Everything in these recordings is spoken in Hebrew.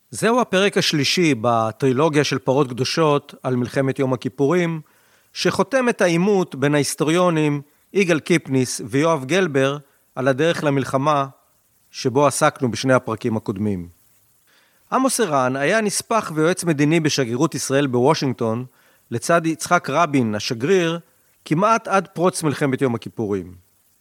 זהו הפרק השלישי בטרילוגיה של פרות קדושות על מלחמת יום הכיפורים, שחותם את העימות בין ההיסטוריונים יגאל קיפניס ויואב גלבר על הדרך למלחמה, שבו עסקנו בשני הפרקים הקודמים. עמוס ערן היה נספח ויועץ מדיני בשגרירות ישראל בוושינגטון, לצד יצחק רבין השגריר, כמעט עד פרוץ מלחמת יום הכיפורים.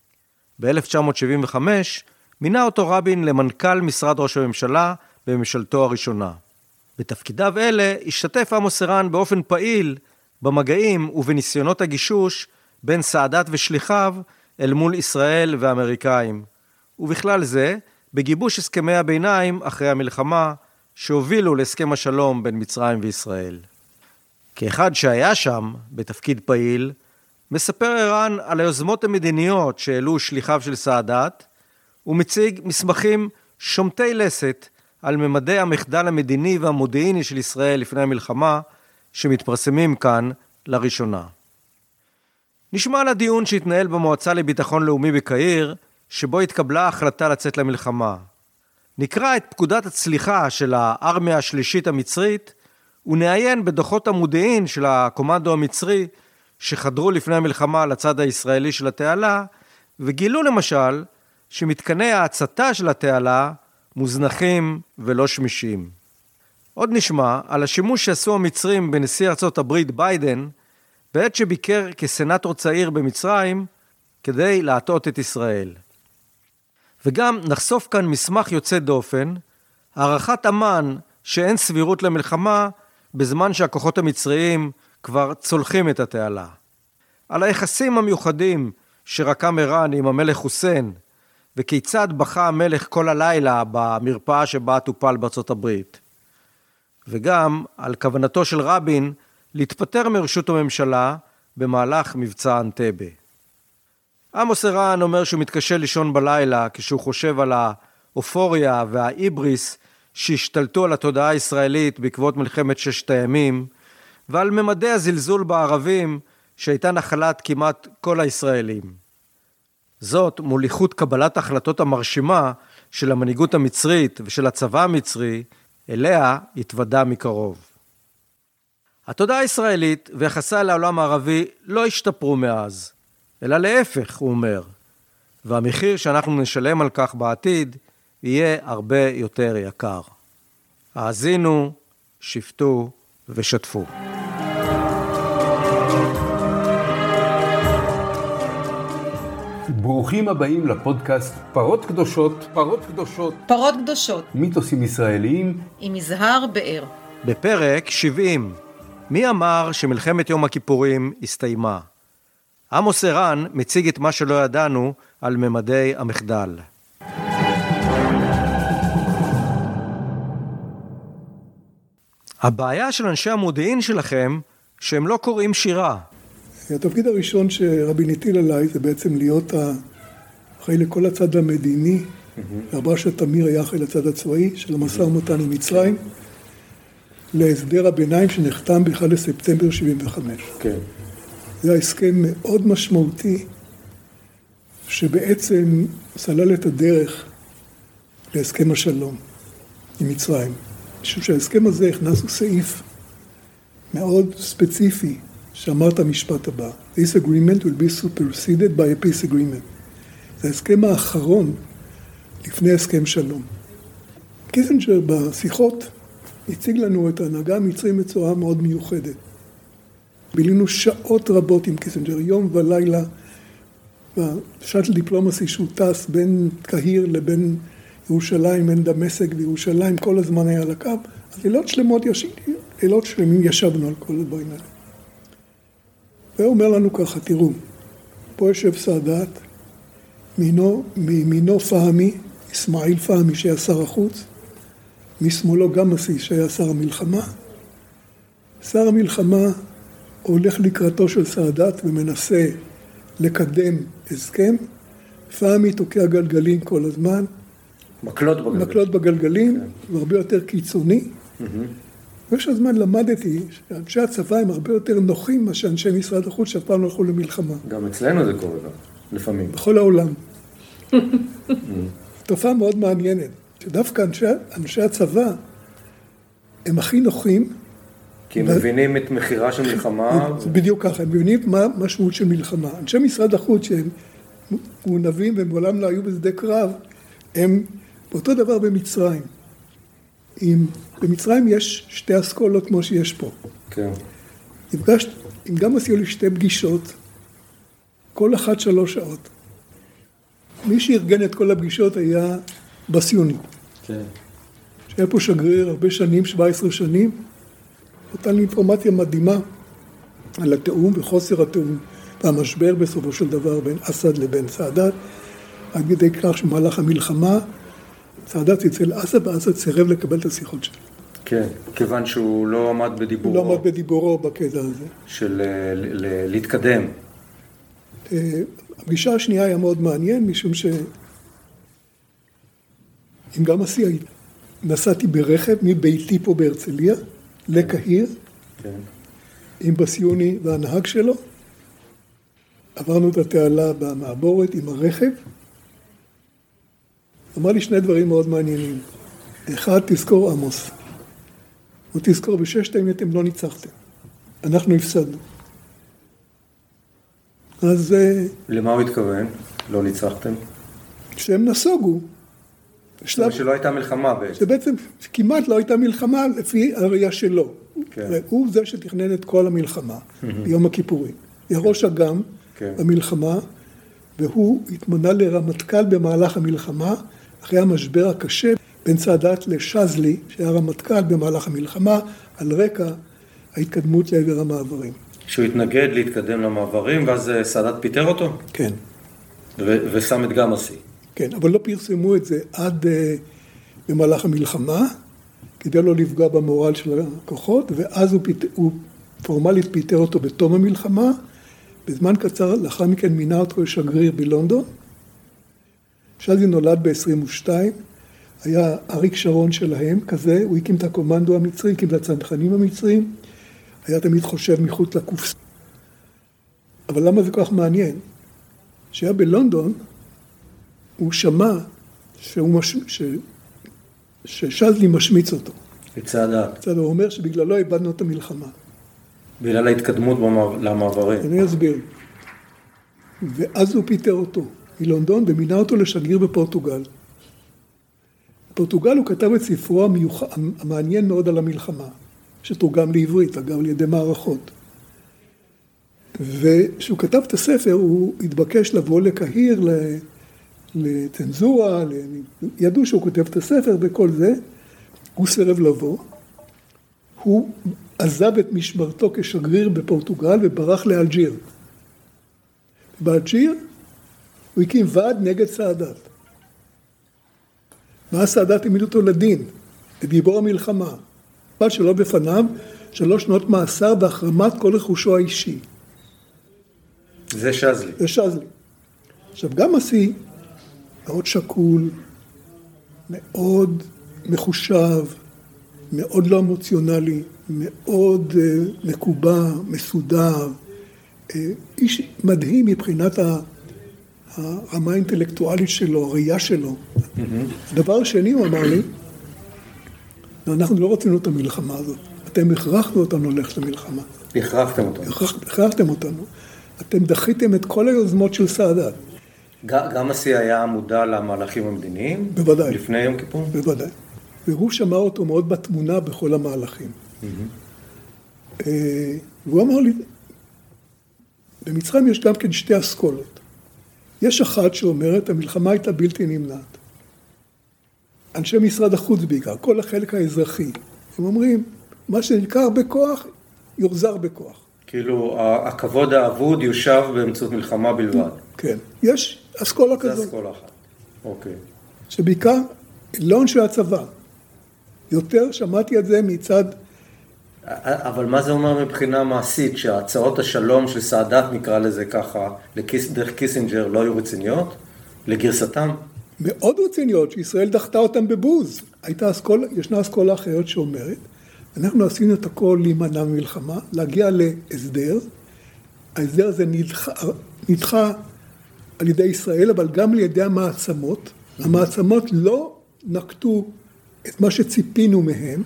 ב-1975 מינה אותו רבין למנכ"ל משרד ראש הממשלה בממשלתו הראשונה. בתפקידיו אלה השתתף עמוס ערן באופן פעיל במגעים ובניסיונות הגישוש בין סאדאת ושליחיו אל מול ישראל ואמריקאים, ובכלל זה בגיבוש הסכמי הביניים אחרי המלחמה שהובילו להסכם השלום בין מצרים וישראל. כאחד שהיה שם בתפקיד פעיל, מספר ערן על היוזמות המדיניות שהעלו שליחיו של סאדאת, ומציג מסמכים שומטי לסת על ממדי המחדל המדיני והמודיעיני של ישראל לפני המלחמה, שמתפרסמים כאן לראשונה. נשמע על הדיון שהתנהל במועצה לביטחון לאומי בקהיר, שבו התקבלה החלטה לצאת למלחמה. נקרא את פקודת הצליחה של הארמיה השלישית המצרית, ונעיין בדוחות המודיעין של הקומנדו המצרי, שחדרו לפני המלחמה לצד הישראלי של התעלה, וגילו למשל שמתקני ההצתה של התעלה מוזנחים ולא שמישים. עוד נשמע על השימוש שעשו המצרים בנשיא ארצות הברית ביידן, בעת שביקר כסנטור צעיר במצרים, כדי להטעות את ישראל. וגם נחשוף כאן מסמך יוצא דופן, הערכת אמן שאין סבירות למלחמה, בזמן שהכוחות המצריים כבר צולחים את התעלה. על היחסים המיוחדים שרקם ערן עם המלך חוסיין, וכיצד בכה המלך כל הלילה במרפאה שבה טופל בארצות הברית. וגם על כוונתו של רבין להתפטר מרשות הממשלה במהלך מבצע אנטבה. עמוס ערן אומר שהוא מתקשה לישון בלילה כשהוא חושב על האופוריה והאיבריס שהשתלטו על התודעה הישראלית בעקבות מלחמת ששת הימים, ועל ממדי הזלזול בערבים שהייתה נחלת כמעט כל הישראלים. זאת מול איכות קבלת ההחלטות המרשימה של המנהיגות המצרית ושל הצבא המצרי, אליה התוודע מקרוב. התודעה הישראלית ויחסה לעולם הערבי לא השתפרו מאז, אלא להפך, הוא אומר, והמחיר שאנחנו נשלם על כך בעתיד יהיה הרבה יותר יקר. האזינו, שפטו ושתפו. ברוכים הבאים לפודקאסט פרות קדושות, פרות קדושות, פרות קדושות, מיתוסים ישראליים עם יזהר באר. בפרק 70, מי אמר שמלחמת יום הכיפורים הסתיימה? עמוס ערן מציג את מה שלא ידענו על ממדי המחדל. הבעיה של אנשי המודיעין שלכם שהם לא קוראים שירה. התפקיד הראשון שרבין הטיל עליי זה בעצם להיות אחראי לכל הצד המדיני, והברשה תמיר היה אחראי לצד הצבאי של המשא ומתן עם מצרים, להסדר הביניים שנחתם ב-1 לספטמבר 75. כן. זה ההסכם מאוד משמעותי, שבעצם סלל את הדרך להסכם השלום עם מצרים. משום שההסכם הזה הכנסו סעיף מאוד ספציפי, שאמר את המשפט הבא: This agreement will be superseded by a peace agreement. זה ההסכם האחרון לפני הסכם שלום. קיסינג'ר בשיחות הציג לנו את ההנהגה המצרית בצורה מאוד מיוחדת. בילינו שעות רבות עם קיסינג'ר, יום ולילה, בשאטל דיפלומסי שהוא טס בין קהיר לבין ירושלים, בין דמשק וירושלים, כל הזמן היה על הקו. אז לילות שלמים ישבנו על כל הדברים האלה. והוא אומר לנו ככה, תראו, פה יושב סאדאת, מימינו פהמי, אסמאעיל פהמי שהיה שר החוץ, משמאלו גם מסי שהיה שר המלחמה. שר המלחמה הולך לקראתו של סאדאת ומנסה לקדם הסכם, פהמי תוקע גלגלים כל הזמן, מקלות בגלגלים, והרבה יותר קיצוני. ויש הזמן למדתי שאנשי הצבא הם הרבה יותר נוחים מה שאנשי משרד החוץ שאף פעם לא הלכו למלחמה. גם אצלנו זה קורה, לפעמים. בכל העולם. תופעה מאוד מעניינת, שדווקא אנשי הצבא הם הכי נוחים. כי הם מבינים את מחירה של מלחמה. זה בדיוק ככה, הם מבינים מה המשמעות של מלחמה. אנשי משרד החוץ שהם מונבים והם מעולם לא היו בשדה קרב, הם באותו דבר במצרים. במצרים יש שתי אסכולות כמו שיש פה. כן. הם גם עשו לי שתי פגישות, כל אחת 3 שעות. מי שארגן את כל הפגישות היה בסיוני. כן. שהיה פה שגריר הרבה שנים, 17 שנים, נתן לי אינפורמציה מדהימה על התאום וחוסר התאום והמשבר בסופו של דבר בין אסד לבין סאדאת, עד כדי כך שמהלך המלחמה, סאדאת אצל אסד ואסד סירב לקבל את השיחות שלו. כן, כיוון שהוא לא עמד בדיבורו. הוא לא עמד בדיבורו בקטע הזה. של להתקדם. הפגישה השנייה היה מאוד מעניין, משום אם גם עשייה, נסעתי ברכב מביתי פה בהרצליה לקהיר, כן. עם בסיוני והנהג שלו. עברנו את התעלה במעבורת עם הרכב. אמר לי 2 דברים מאוד מעניינים. 1, תזכור עמוס. ותזכור, ב6 הימים אתם לא ניצחתם. אנחנו הפסדנו. אז... למה הוא התכוון? לא ניצחתם? שהם נסוגו. שלא הייתה מלחמה בעצם. שבעצם כמעט לא הייתה מלחמה לפי הראייה שלו. כן. הוא זה שתכנן את כל המלחמה ביום הכיפורים. היה ראש אג"ם במלחמה, והוא התמנה לרמטכ"ל במהלך המלחמה, אחרי המשבר הקשה בין סאדאת לשזלי, שהיה רמטכ"ל במהלך המלחמה, על רקע ההתקדמות לעבר המעברים. שהוא התנגד להתקדם למעברים, ואז סאדאת פיטר אותו? כן. ושם את גמאסי. כן, אבל לא פרסמו את זה עד במהלך המלחמה, כדי לא לפגוע במורל של הכוחות, ואז הוא פורמלית פיטר אותו בתום המלחמה, בזמן קצר לאחר מכן מינה אותו לשגריר בלונדון. שזלי נולד ב-22, היה אריק שרון שלהם, כזה, הוא הקים את הקומנדו המצרי, הקים את הצנחנים המצריים, היה תמיד חושב מחוץ לקופסה. אבל למה זה כל כך מעניין? שהיה בלונדון, הוא שמע ששזלי משמיץ אותו. את סאדאת. הוא אומר שבגללו איבדנו את המלחמה. בגלל ההתקדמות למעברים. אני אסביר. ואז הוא פיטר אותו מלונדון ומינה אותו לשגריר בפורטוגל. בפורטוגל הוא כתב את ספרו המעניין מאוד על המלחמה, שתורגם לעברית, אגב, על ידי מערכות. וכשהוא כתב את הספר, הוא התבקש לבוא לקהיר, לצנזורה, ידעו שהוא כותב את הספר וכל זה, הוא סירב לבוא. הוא עזב את משמרתו כשגריר בפורטוגל וברח לאלג'יר. באלג'יר הוא הקים ועד נגד סאדאת. ואז סאדאת העמיד אותו לדין, את גיבור המלחמה. אבל שלא בפניו 3 שנות מאסר והחרמת כל רכושו האישי. זה שזלי. זה שזלי. עכשיו גם עשי מאוד שקול, מאוד מחושב, מאוד לא אמוציונלי, מאוד מקובע, מסודר, איש מדהים מבחינת הרמה האינטלקטואלית שלו, הראייה שלו. הדבר השני הוא אמר לי, אנחנו לא רצינו את המלחמה הזאת, אתם הכרחנו אותנו ללכת למלחמה. הכרחתם אותנו. הכרחתם אותנו. אתם דחיתם את כל היוזמות של סאדאת. גם עשי היה מודע למהלכים המדיניים? בוודאי. לפני יום כיפור? בוודאי. והוא שמע אותו מאוד בתמונה בכל המהלכים. והוא אמר לי, במצרים יש גם כן 2 אסכולות. יש אחת שאומרת, המלחמה הייתה בלתי נמנעת. אנשי משרד החוץ בעיקר, כל החלק האזרחי. הם אומרים, מה שנלקח בכוח, יוחזר בכוח. כאילו, הכבוד האבוד יושב באמצעות מלחמה בלבד. כן, יש אסכולה כזאת. זה אסכולה אחת, אוקיי. שבעיקר, לא אנשי הצבא. יותר שמעתי את זה מצד... אבל מה זה אומר מבחינה מעשית, שהצעות השלום של סאדאת, נקרא לזה ככה, דרך קיסינג'ר, לא היו רציניות? לגרסתם? מאוד רציניות, שישראל דחתה אותם בבוז. ישנה אסכולה אחרת שאומרת, אנחנו עשינו את הכל להימנע ממלחמה, להגיע להסדר. ההסדר הזה נדחה על ידי ישראל, אבל גם על ידי המעצמות. המעצמות לא נקטו את מה שציפינו מהם,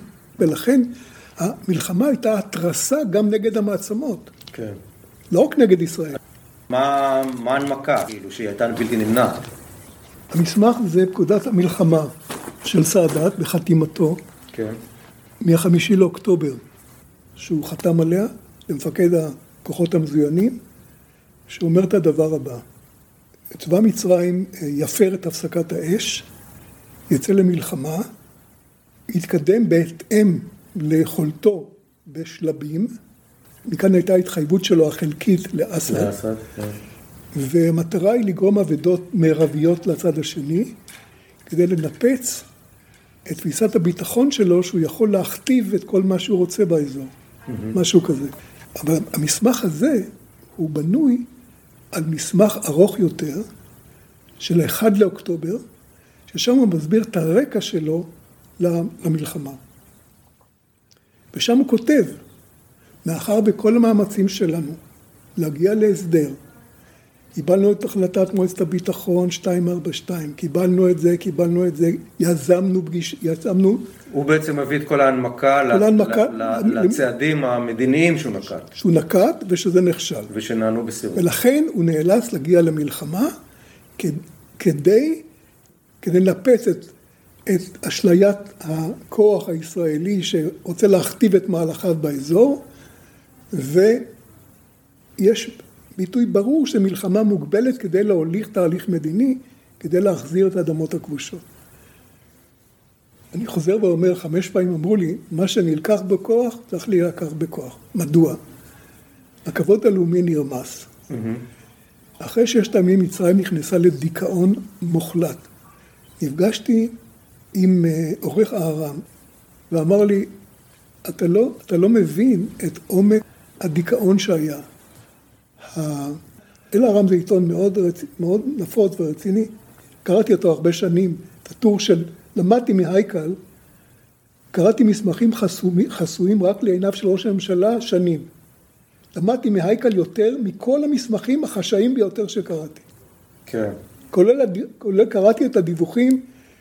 ולכן המלחמה הייתה התרסה גם נגד המעצמות. כן. לא רק נגד ישראל. מה הנמקה, כאילו, שהיא הייתה בלתי נמנעת? המסמך זה פקודת המלחמה של סאדאת בחתימתו. כן. מ-5 לאוקטובר, שהוא חתם עליה, למפקד הכוחות המזוינים, שאומר את הדבר הבא. צבא מצרים יפר את הפסקת האש, יצא למלחמה, יתקדם בהתאם ליכולתו בשלבים, מכאן הייתה התחייבות שלו החלקית לאסד, כן. והמטרה היא לגרום אבדות מרביות לצד השני, כדי לנפץ את תפיסת הביטחון שלו, שהוא יכול להכתיב את כל מה שהוא רוצה באזור, משהו כזה. אבל המסמך הזה הוא בנוי על מסמך ארוך יותר, של 1 לאוקטובר, ששם הוא מסביר את הרקע שלו למלחמה. ושם הוא כותב, מאחר בכל המאמצים שלנו להגיע להסדר, קיבלנו את החלטת מועצת הביטחון 242, קיבלנו את זה, יזמנו... הוא בעצם מביא את כל ההנמקה לצעדים המדיניים שהוא נקט. שהוא נקט ושזה נכשל. ושנענו בסירוב. ולכן הוא נאלץ להגיע למלחמה כדי לנפץ את אשליית הכוח הישראלי שרוצה להכתיב את מהלכיו באזור, ויש ביטוי ברור שמלחמה מוגבלת כדי להוליך תהליך מדיני, כדי להחזיר את האדמות הכבושות. אני חוזר ואומר, 5 פעמים אמרו לי, מה שנלקח בכוח צריך להילקח בכוח. מדוע? הכבוד הלאומי נרמס. אחרי 6 ימים מצרים נכנסה לדיכאון מוחלט. נפגשתי עם עורך הארם, ואמר לי, אתה לא מבין את עומק הדיכאון שהיה. אל הארם זה עיתון מאוד נפוץ ורציני. קראתי אותו הרבה שנים, את הטור למדתי מהייקל, קראתי מסמכים חסויים רק לעיניו של ראש הממשלה שנים. למדתי מהייקל יותר מכל המסמכים החשאיים ביותר שקראתי. כן. כולל קראתי את הדיווחים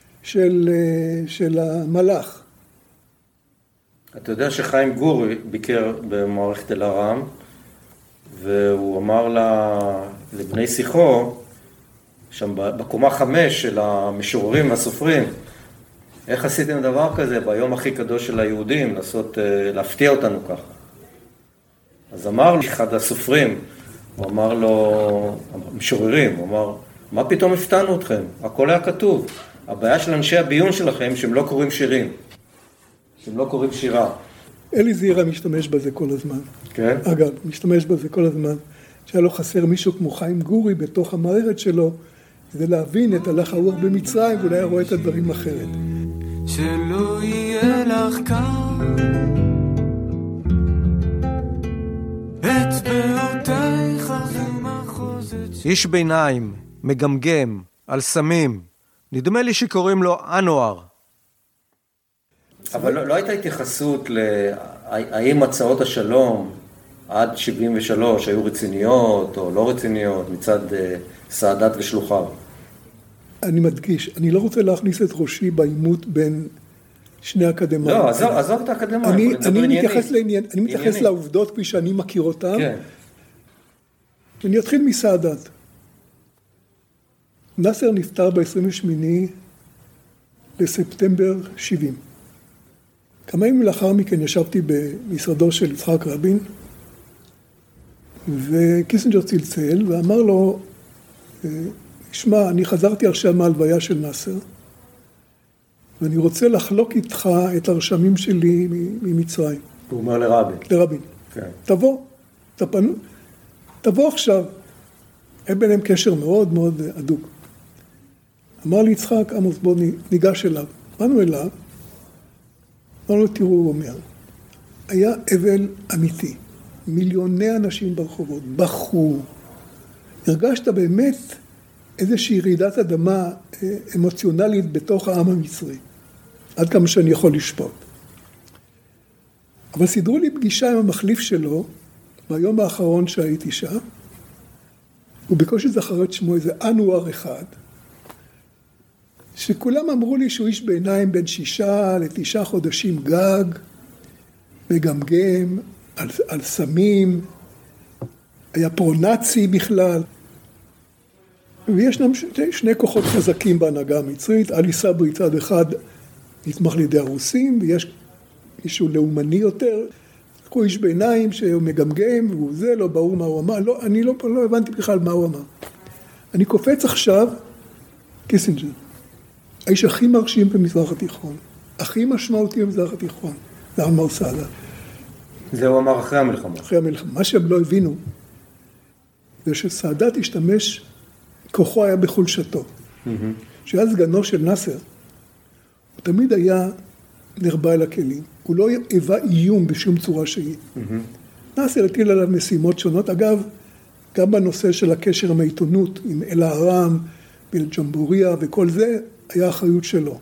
של המלאך. אתה יודע שחיים גורי ביקר במערכת אל הארם, והוא אמר לבני שיחו, שם בקומה 5 של המשוררים והסופרים, איך עשיתם דבר כזה ביום הכי קדוש של היהודים, להפתיע אותנו ככה? אז אמר לי אחד הסופרים, הוא אמר לו, המשוררים, הוא אמר, מה פתאום הפתענו אתכם? הכל היה כתוב. הבעיה של אנשי הביון שלכם שהם לא קוראים שירים, שהם לא קוראים שירה. אלי זירה משתמש בזה כל הזמן. כן? אגב, משתמש בזה כל הזמן. שהיה לו חסר מישהו כמו חיים גורי בתוך המערכת שלו, כדי להבין את הלך הרוח במצרים, ואולי היה רואה את הדברים אחרת. שלא יהיה לך קר, אצבעותייך אחזו מחוזת. איש ביניים, מגמגם, על סמים. נדמה לי שקוראים לו אנואר. אבל לא הייתה התייחסות האם הצעות השלום עד 73 היו רציניות או לא רציניות מצד סאדאת ושלוחיו. אני מדגיש, אני לא רוצה להכניס את ראשי בעימות בין שני אקדמיים. לא, עזוב את האקדמיים. אני מתייחס לעובדות כפי שאני מכיר אותן. כן. אני אתחיל מסאדאת. נאסר נפטר ב-28 לספטמבר 70. כמה ימים לאחר מכן ישבתי במשרדו של יצחק רבין, וקיסינג'ר צלצל ואמר לו, שמע, אני חזרתי עכשיו מהלוויה של נאסר, ואני רוצה לחלוק איתך את הרשמים שלי ממצרים. הוא אומר לרבין. לרבין. כן. תבוא עכשיו. היה ביניהם קשר מאוד מאוד הדוק. אמר לי יצחק, עמוס, בוא ניגש אליו. באנו אליו, אמרנו, תראו, הוא אומר, היה אבל אמיתי. מיליוני אנשים ברחובות, בכו. הרגשת באמת איזושהי רעידת אדמה אמוציונלית בתוך העם המצרי. עד כמה שאני יכול לשפוט. אבל סידרו לי פגישה עם המחליף שלו, ביום האחרון שהייתי שם, הוא בקושי זכר את שמו, איזה אנואר אחד, שכולם אמרו לי שהוא איש בעיניים בין 6 ל9 חודשים גג, מגמגם על סמים, היה פרו-נאצי בכלל. וישנם שני כוחות חזקים בהנהגה המצרית, עלי סברי צד אחד נתמך לידי הרוסים, ויש מישהו לאומני יותר, הוא איש ביניים שהוא מגמגם, והוא זה, לא ברור מה הוא אמר, לא, אני לא הבנתי בכלל מה הוא אמר. אני קופץ עכשיו, קיסינג'ר, האיש הכי מרשים במזרח התיכון, הכי משמעותי במזרח התיכון, זה אנואר סאדאת. זה הוא אמר אחרי המלחמה. אחרי המלחמה. מה שהם לא הבינו, זה שסאדאת השתמש, כוחו היה בחולשתו. שהיה סגנו של נאסר, הוא תמיד היה נרבה אל הכלים. הוא לא היווה איום בשום צורה שהיא. נאסר הטיל עליו משימות שונות. אגב, גם בנושא של הקשר עם העיתונות, עם אל-אהרם, ואל-ג'מבוריה וכל זה, היה אחריות שלו.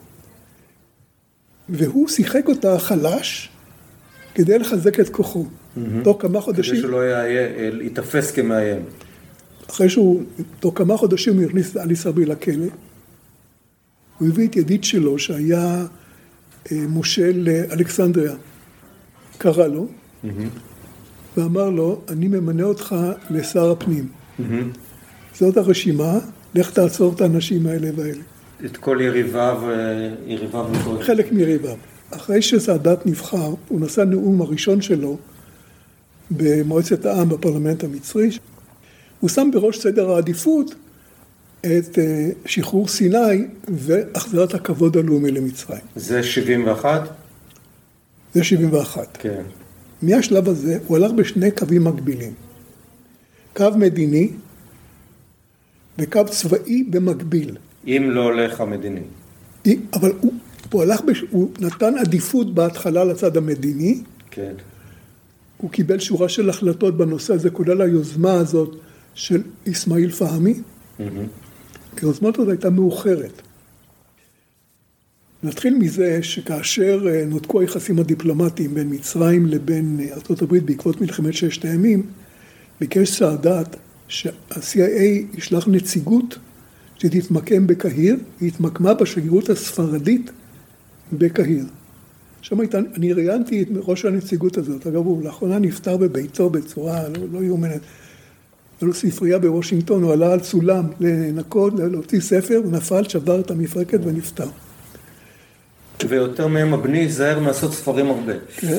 והוא שיחק אותה חלש, כדי לחזק את כוחו. תוך כמה חודשים... כדי שלא יתפס כמאיים. אחרי שהוא, תוך כמה חודשים הוא הכניס את עלי סברי לכלא, הוא הביא את ידיד שלו, שהיה מושל אלכסנדריה, קרא לו, ואמר לו, אני ממנה אותך לשר הפנים. זאת הרשימה, לך תעצור את האנשים האלה והאלה. את כל יריביו וכל... חלק מיריביו. אחרי שסאדאת נבחר, הוא נשא נאום הראשון שלו במועצת העם בפרלמנט המצרי. הוא שם בראש סדר העדיפות את שחרור סיני והחזרת הכבוד הלאומי למצרים. זה 71? זה 71. כן. מהשלב הזה הוא הלך בשני קווים מקבילים. קו מדיני וקו צבאי במקביל. אם לא הולך המדיני. אבל הוא נתן עדיפות בהתחלה לצד המדיני. כן. הוא קיבל שורה של החלטות בנושא הזה, כולל היוזמה הזאת של אסמאעיל פהמי. היוזמה הזאת הייתה מאוחרת. נתחיל מזה שכאשר נותקו היחסים הדיפלומטיים בין מצרים לבין ארצות הברית בעקבות מלחמת ששת הימים, ביקש סאדאת שה-CIA ישלח נציגות שתתמקם בקהיר, היא התמקמה בשגרירות הספרדית בקהיר. שם אני ראיינתי את ראש הנציגות הזאת, אגב הוא לאחרונה נפטר בביתו בצורה לא יאומנת. היה לו ספרייה בוושינגטון, הוא עלה על סולם לנקות, להוציא ספר, הוא נפל, שבר את המפרקת ונפטר. ויותר מהם הבני זהר מעשות ספרים הרבה.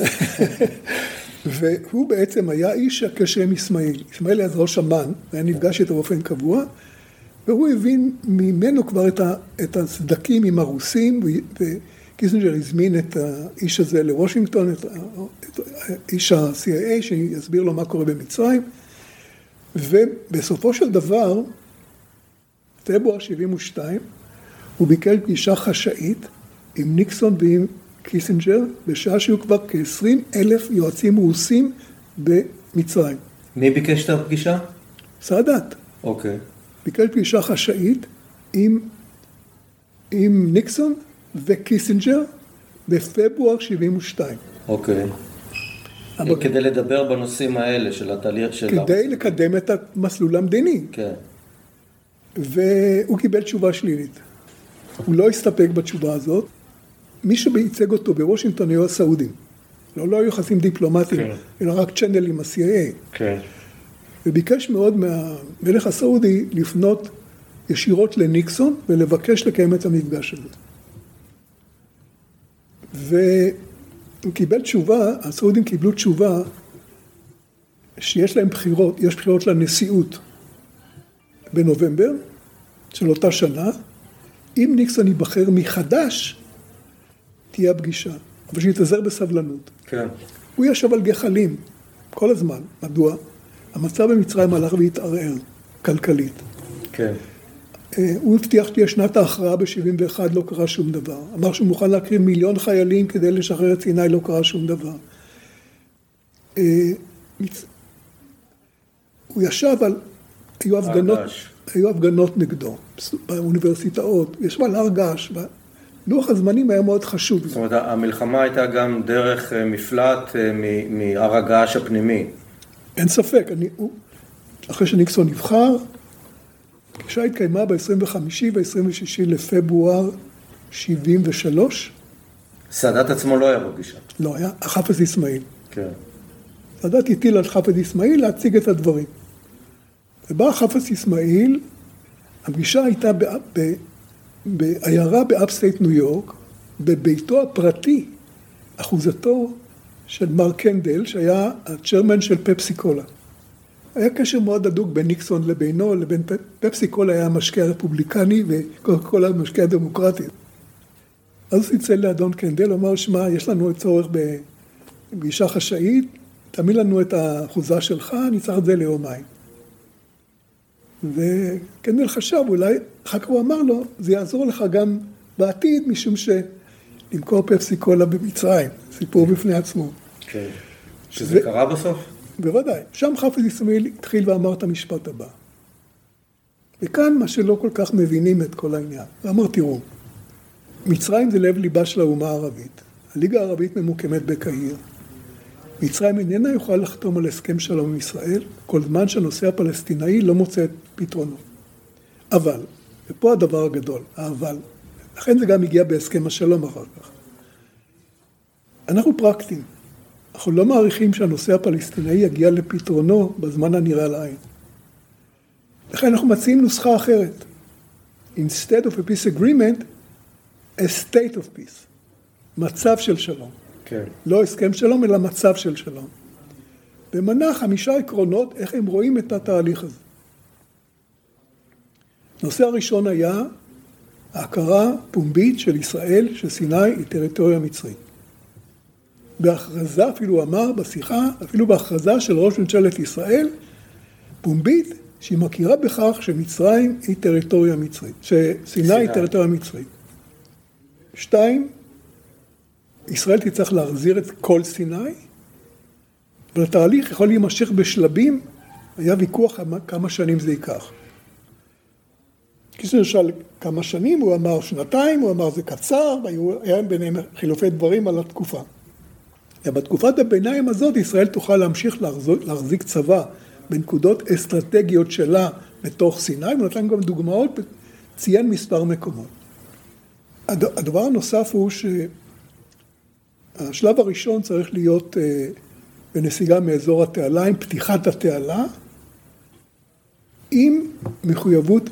והוא בעצם היה איש הקשר עם אסמאעיל. אסמאעיל היה ראש אמ"ן, היה נפגש איתו באופן קבוע, והוא הבין ממנו כבר את הסדקים עם הרוסים, וקיסינג'ר הזמין את האיש הזה לוושינגטון, את איש ה-CIA, שיסביר לו מה קורה במצרים, ובסופו של דבר, פברואר 72, הוא ביקש פגישה חשאית עם ניקסון ועם קיסינג'ר, בשעה שהיו כבר כ-20,000 יועצים רוסים במצרים. מי ביקש את הפגישה? סאדאת. אוקיי. ביקש פגישה חשאית עם ניקסון וקיסינג'ר בפברואר 72. אוקיי. כדי לדבר בנושאים האלה של התהליך של... כדי לקדם את המסלול המדיני. כן. והוא קיבל תשובה שלילית. הוא לא הסתפק בתשובה הזאת. מי שבייצג אותו בוושינגטון היו הסעודים. לא היו יחסים דיפלומטיים, אלא רק צ'אנל עם ה-CIA. כן. וביקש מאוד מהמלך הסעודי לפנות ישירות לניקסון ולבקש לקיים את המפגש הזה. והוא קיבל תשובה, הסעודים קיבלו תשובה שיש להם בחירות, יש בחירות לנשיאות בנובמבר של אותה שנה. אם ניקסון ייבחר מחדש, תהיה הפגישה, אבל שיתאזר בסבלנות. כן. הוא ישב על גחלים כל הזמן. מדוע? המצב במצרים הלך והתערער כלכלית. כן. הוא הבטיח שתהיה שנת ההכרעה ב-71, לא קרה שום דבר. אמר שהוא מוכן להקריב 1,000,000 חיילים כדי לשחרר את סיני, לא קרה שום דבר. הוא ישב על... היו הפגנות נגדו, באוניברסיטאות, ישב על הר געש, לוח הזמנים היה מאוד חשוב. זאת אומרת, המלחמה הייתה גם דרך מפלט מהר הגעש הפנימי. אין ספק, אחרי שניקסון נבחר, הפגישה התקיימה ב-25 ו-26 לפברואר 73. סאדאת עצמו לא היה בפגישה. לא, היה חאפז אסמאעיל. כן. סאדאת הטיל על חאפז אסמאעיל להציג את הדברים. ובא חאפז אסמאעיל, הפגישה הייתה בעיירה באפסטייט ניו יורק, בביתו הפרטי, אחוזתו של מר קנדל, שהיה הצ'רמן של פפסי קולה. היה קשר מאוד הדוק בין ניקסון לבינו, לבין פפסי קולה היה המשקיע הרפובליקני וקוקה קולה המשקיע הדמוקרטי. אז הוא יצא לאדון קנדל, הוא אמר, שמע, יש לנו צורך בפגישה חשאית, תמיד לנו את האחוזה שלך, אני צריך את זה ליומיים. וקנדל חשב, אולי, אחר כך הוא אמר לו, זה יעזור לך גם בעתיד, משום שלמכור פפסי קולה במצרים, סיפור בפני עצמו. כן. שזה קרה בסוף? בוודאי. שם חאפז אסמאעיל התחיל ואמר את המשפט הבא. וכאן מה שלא כל כך מבינים את כל העניין. ואמר, תראו, מצרים זה לב ליבה של האומה הערבית. הליגה הערבית ממוקמת בקהיר. מצרים איננה יוכל לחתום על הסכם שלום עם ישראל, כל זמן שהנושא הפלסטינאי לא מוצא את פתרונו. אבל, ופה הדבר הגדול, אבל, לכן זה גם הגיע בהסכם השלום אחר כך. אנחנו פרקטים. אנחנו לא מעריכים שהנושא הפלסטינאי יגיע לפתרונו בזמן הנראה לעין. לכן אנחנו מציעים נוסחה אחרת. Instead of a peace agreement, a state of peace. מצב של שלום. כן. לא הסכם שלום, אלא מצב של שלום. במנה 5 עקרונות איך הם רואים את התהליך הזה. הנושא הראשון היה ההכרה פומבית של ישראל שסיני היא טריטוריה מצרית. בהכרזה, אפילו אמר בשיחה, אפילו בהכרזה של ראש ממשלת ישראל, פומבית, שהיא מכירה בכך שמצרים היא טריטוריה מצרית, שסיני היא טריטוריה מצרית. 2, ישראל תצטרך להחזיר את כל סיני, אבל התהליך יכול להימשך בשלבים, היה ויכוח כמה שנים זה ייקח. קיסינג'ר שאל כמה שנים, הוא אמר 2, הוא אמר זה קצר, והיה ביניהם חילופי דברים על התקופה. ובתקופת הביניים הזאת ישראל תוכל להמשיך להחזיק צבא בנקודות אסטרטגיות שלה בתוך סיני, ונתן גם דוגמאות, ציין מספר מקומות. הדבר הנוסף הוא שהשלב הראשון צריך להיות בנסיגה מאזור התעלה, עם פתיחת התעלה, עם מחויבות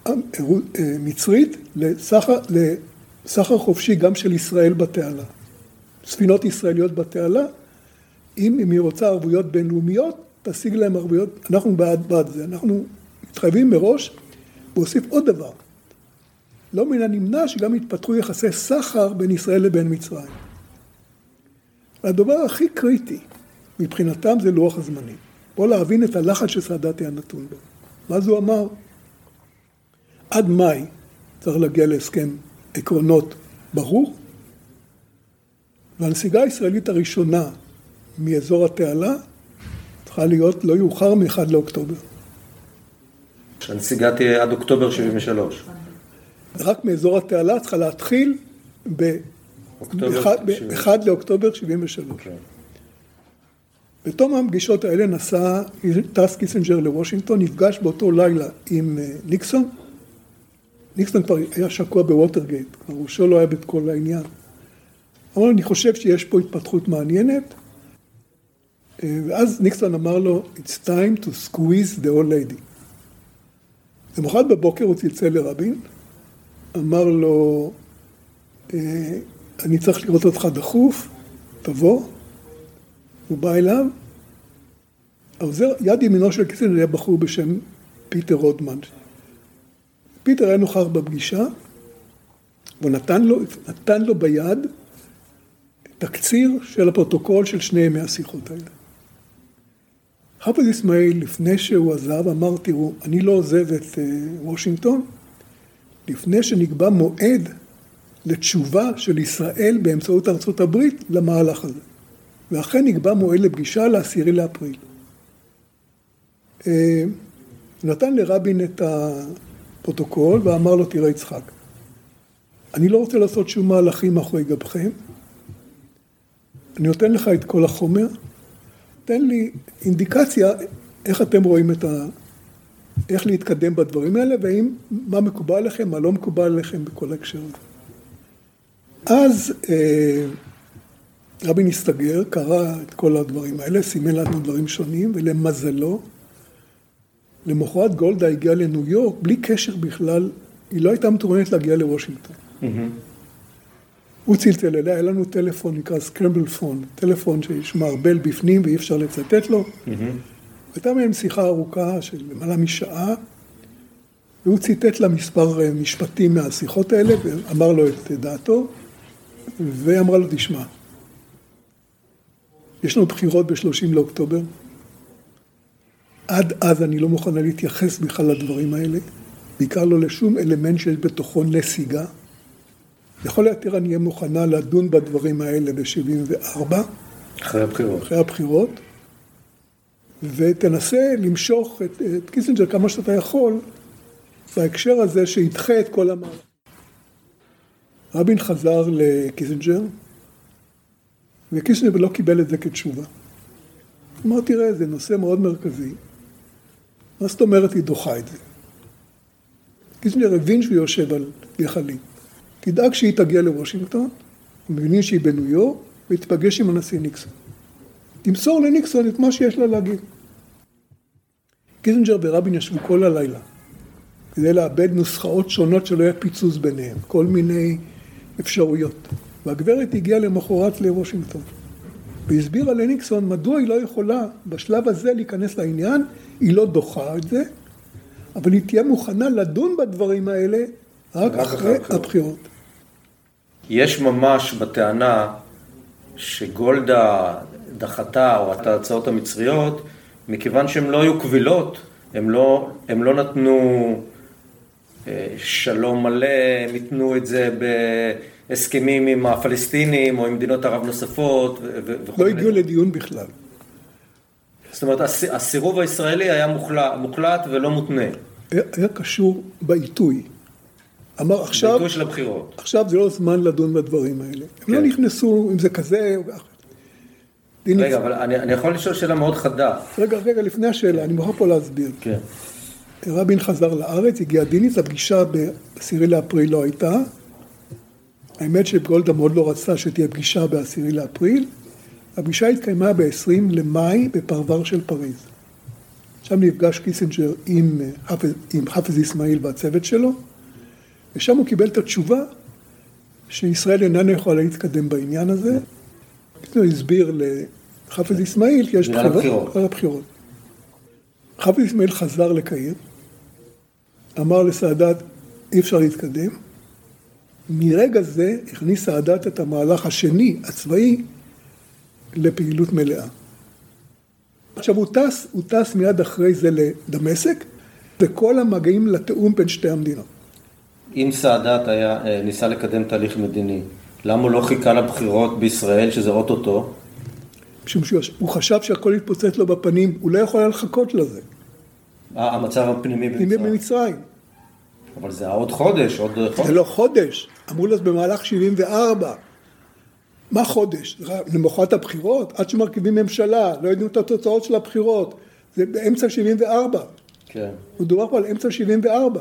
מצרית לסחר חופשי גם של ישראל בתעלה. ספינות ישראליות בתעלה, אם היא רוצה ערבויות בינלאומיות, תשיג להם ערבויות, אנחנו בעד זה, אנחנו מתחייבים מראש, והוסיף עוד דבר, לא מן הנמנע שגם יתפתחו יחסי סחר בין ישראל לבין מצרים. הדבר הכי קריטי מבחינתם זה לוח הזמנים. בוא להבין את הלחץ שסאדאת היה נתון בו. מה זה הוא אמר? עד מאי צריך להגיע להסכם עקרונות ברור, והנסיגה הישראלית הראשונה מאזור התעלה צריכה להיות לא יאוחר מ-1 לאוקטובר. שהנסיגה תהיה עד אוקטובר 73. רק מאזור התעלה צריכה להתחיל ב-1 לאוקטובר 73. Okay. בתום הפגישות האלה טס קיסינג'ר לוושינגטון, נפגש באותו לילה עם ניקסון. ניקסון כבר היה שקוע בווטרגייט, כבר ראשו לא היה בכל העניין. אמר לו, אני חושב שיש פה התפתחות מעניינת, ואז ניקסון אמר לו, it's time to squeeze the old lady. למחרת בבוקר הוא צלצל לרבין, אמר לו, אני צריך לראות אותך דחוף, תבוא, הוא בא אליו, יד ימינו של קיסינג'ר היה בחור בשם פיטר רודמן. פיטר היה נוכח בפגישה, והוא נתן לו ביד תקציר של הפרוטוקול של שני ימי השיחות האלה. חאפז אסמאעיל, לפני שהוא עזב, אמר, תראו, אני לא עוזב את וושינגטון, לפני שנקבע מועד לתשובה של ישראל באמצעות ארצות הברית למהלך הזה. ואכן נקבע מועד לפגישה ל10 לאפריל. נתן לרבין את הפרוטוקול ואמר לו, תראה יצחק, אני לא רוצה לעשות שום מהלכים מאחורי גבכם, אני נותן לך את כל החומר, תן לי אינדיקציה איך אתם רואים איך להתקדם בדברים האלה, מה מקובל לכם, מה לא מקובל לכם בכל ההקשר הזה. אז רבין הסתגר, קרא את כל הדברים האלה, סימן לנו דברים שונים, ולמזלו, למחרת גולדה הגיעה לניו יורק, בלי קשר בכלל, היא לא הייתה מתוכננת להגיע לוושינגטון. הוא צלצל אליה, היה לנו טלפון, נקרא סקרמבל פון, טלפון שיש מערבל בפנים ואי אפשר לצטט לו. הייתה מהם שיחה ארוכה של למעלה משעה, והוא ציטט לה מספר משפטים מהשיחות האלה, ואמר לו את דעתו, ואמרה לו, תשמע, יש לנו בחירות ב-30 לאוקטובר, עד אז אני לא מוכנה להתייחס בכלל לדברים האלה, בעיקר לא לשום אלמנט שיש בתוכו נסיגה. יכול יותר אני אהיה מוכנה לדון בדברים האלה ב-74. אחרי הבחירות. ותנסה למשוך את קיסינג'ר כמה שאתה יכול, בהקשר הזה שידחה את כל המהלך. רבין חזר לקיסינג'ר, וקיסינג'ר לא קיבל את זה כתשובה. אמר, תראה, זה נושא מאוד מרכזי. מה זאת אומרת היא דוחה את זה? קיסינג'ר הבין שהוא יושב על גחלים. תדאג שהיא תגיע לוושינגטון, מבינים שהיא בניו יורק, ותפגש עם הנשיא ניקסון. תמסור לניקסון את מה שיש לה להגיד. קיסינג'ר ורבין ישבו כל הלילה, כדי לאבד נוסחאות שונות שלא היה פיצוץ ביניהם, כל מיני אפשרויות. והגברת הגיעה למחרת לוושינגטון, והסבירה לניקסון מדוע היא לא יכולה בשלב הזה להיכנס לעניין, היא לא דוחה את זה, אבל היא תהיה מוכנה לדון בדברים האלה רק אחרי הבחירות. יש ממש בטענה שגולדה דחתה או את ההצעות המצריות, מכיוון שהן לא היו קבילות, הם לא נתנו שלום מלא, הם ייתנו את זה בהסכמים עם הפלסטינים או עם מדינות ערב נוספות. לא הגיעו לדיון בכלל. זאת אומרת, הסירוב הישראלי היה מוחלט ולא מותנה. היה קשור בעיתוי. אמר עכשיו... בעיתוי של הבחירות. עכשיו זה לא זמן לדון בדברים האלה. הם לא נכנסו, אם זה כזה או אחר. רגע, אבל אני יכול לשאול שאלה מאוד חדה. רגע, לפני השאלה, אני מוכרח פה להסביר. כן. רבין חזר לארץ, הגיע דיניץ, הפגישה ב-10 לאפריל לא הייתה. האמת שגולדה מאוד לא רצתה שתהיה פגישה ב-10 לאפריל. הפגישה התקיימה ב-20 למאי בפרבר של פריז. שם נפגש קיסינג'ר עם חאפז אסמאעיל והצוות שלו, ושם הוא קיבל את התשובה שישראל איננה יכולה להתקדם בעניין הזה. הוא הסביר לחאפז אסמאעיל כי יש בחירות. חאפז אסמאעיל חזר לקהיר, אמר לסאדאת, אי אפשר להתקדם. מרגע זה הכניס סאדאת את המהלך השני, הצבאי, לפעילות מלאה. עכשיו הוא טס מיד אחרי זה לדמשק, וכל המגעים לתאום בין שתי המדינות. אם סאדאת ניסה לקדם תהליך מדיני, למה הוא לא חיכה לבחירות בישראל, שזה אוטוטו? משום שהוא חשב שהכל יתפוצץ לו בפנים, הוא לא יכול היה לחכות לזה. המצב הפנימי במצרים. אבל זה עוד חודש, זה לא חודש, אמרו לזה במהלך 74. מה חודש? למחרת הבחירות? עד שמרכיבים ממשלה, לא יודעים את התוצאות של הבחירות. זה באמצע 74. כן. הוא דובר פה על אמצע 74.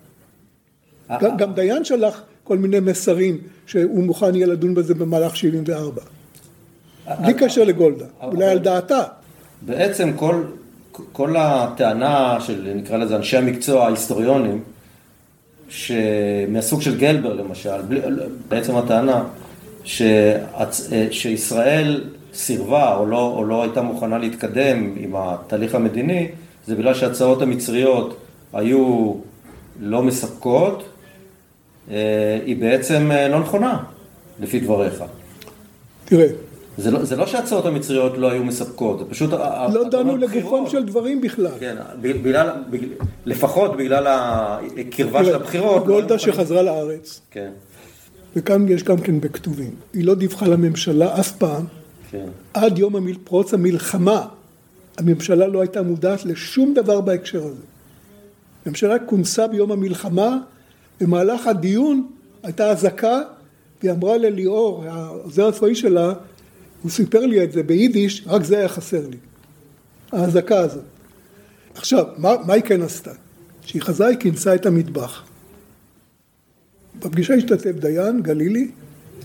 גם דיין שלח כל מיני מסרים שהוא מוכן יהיה לדון בזה במהלך 74. בלי קשר לגולדה, אולי על דעתה. בעצם כל הטענה של, נקרא לזה, אנשי המקצוע, ההיסטוריונים, מהסוג של גלבר למשל, בעצם הטענה שישראל סירבה או לא הייתה מוכנה להתקדם עם התהליך המדיני, זה בגלל שההצעות המצריות היו לא מספקות, היא בעצם לא נכונה, לפי דבריך. תראה. זה לא שההצעות המצריות לא היו מספקות, זה פשוט... לא דנו לגופם של דברים בכלל. כן, לפחות בגלל הקרבה של הבחירות. גולדה שחזרה לארץ. כן. וכאן יש גם כן בכתובים. היא לא דיווחה לממשלה אף פעם. כן. עד יום פרוץ המלחמה, הממשלה לא הייתה מודעת לשום דבר בהקשר הזה. הממשלה כונסה ביום המלחמה, במהלך הדיון הייתה אזעקה, והיא אמרה לליאור, העוזר הצבאי שלה, הוא סיפר לי את זה ביידיש, רק זה היה חסר לי. האזעקה הזאת. עכשיו, מה היא כן עשתה? כשהיא חזרה, היא כינסה את המטבח. בפגישה השתתף דיין, גלילי,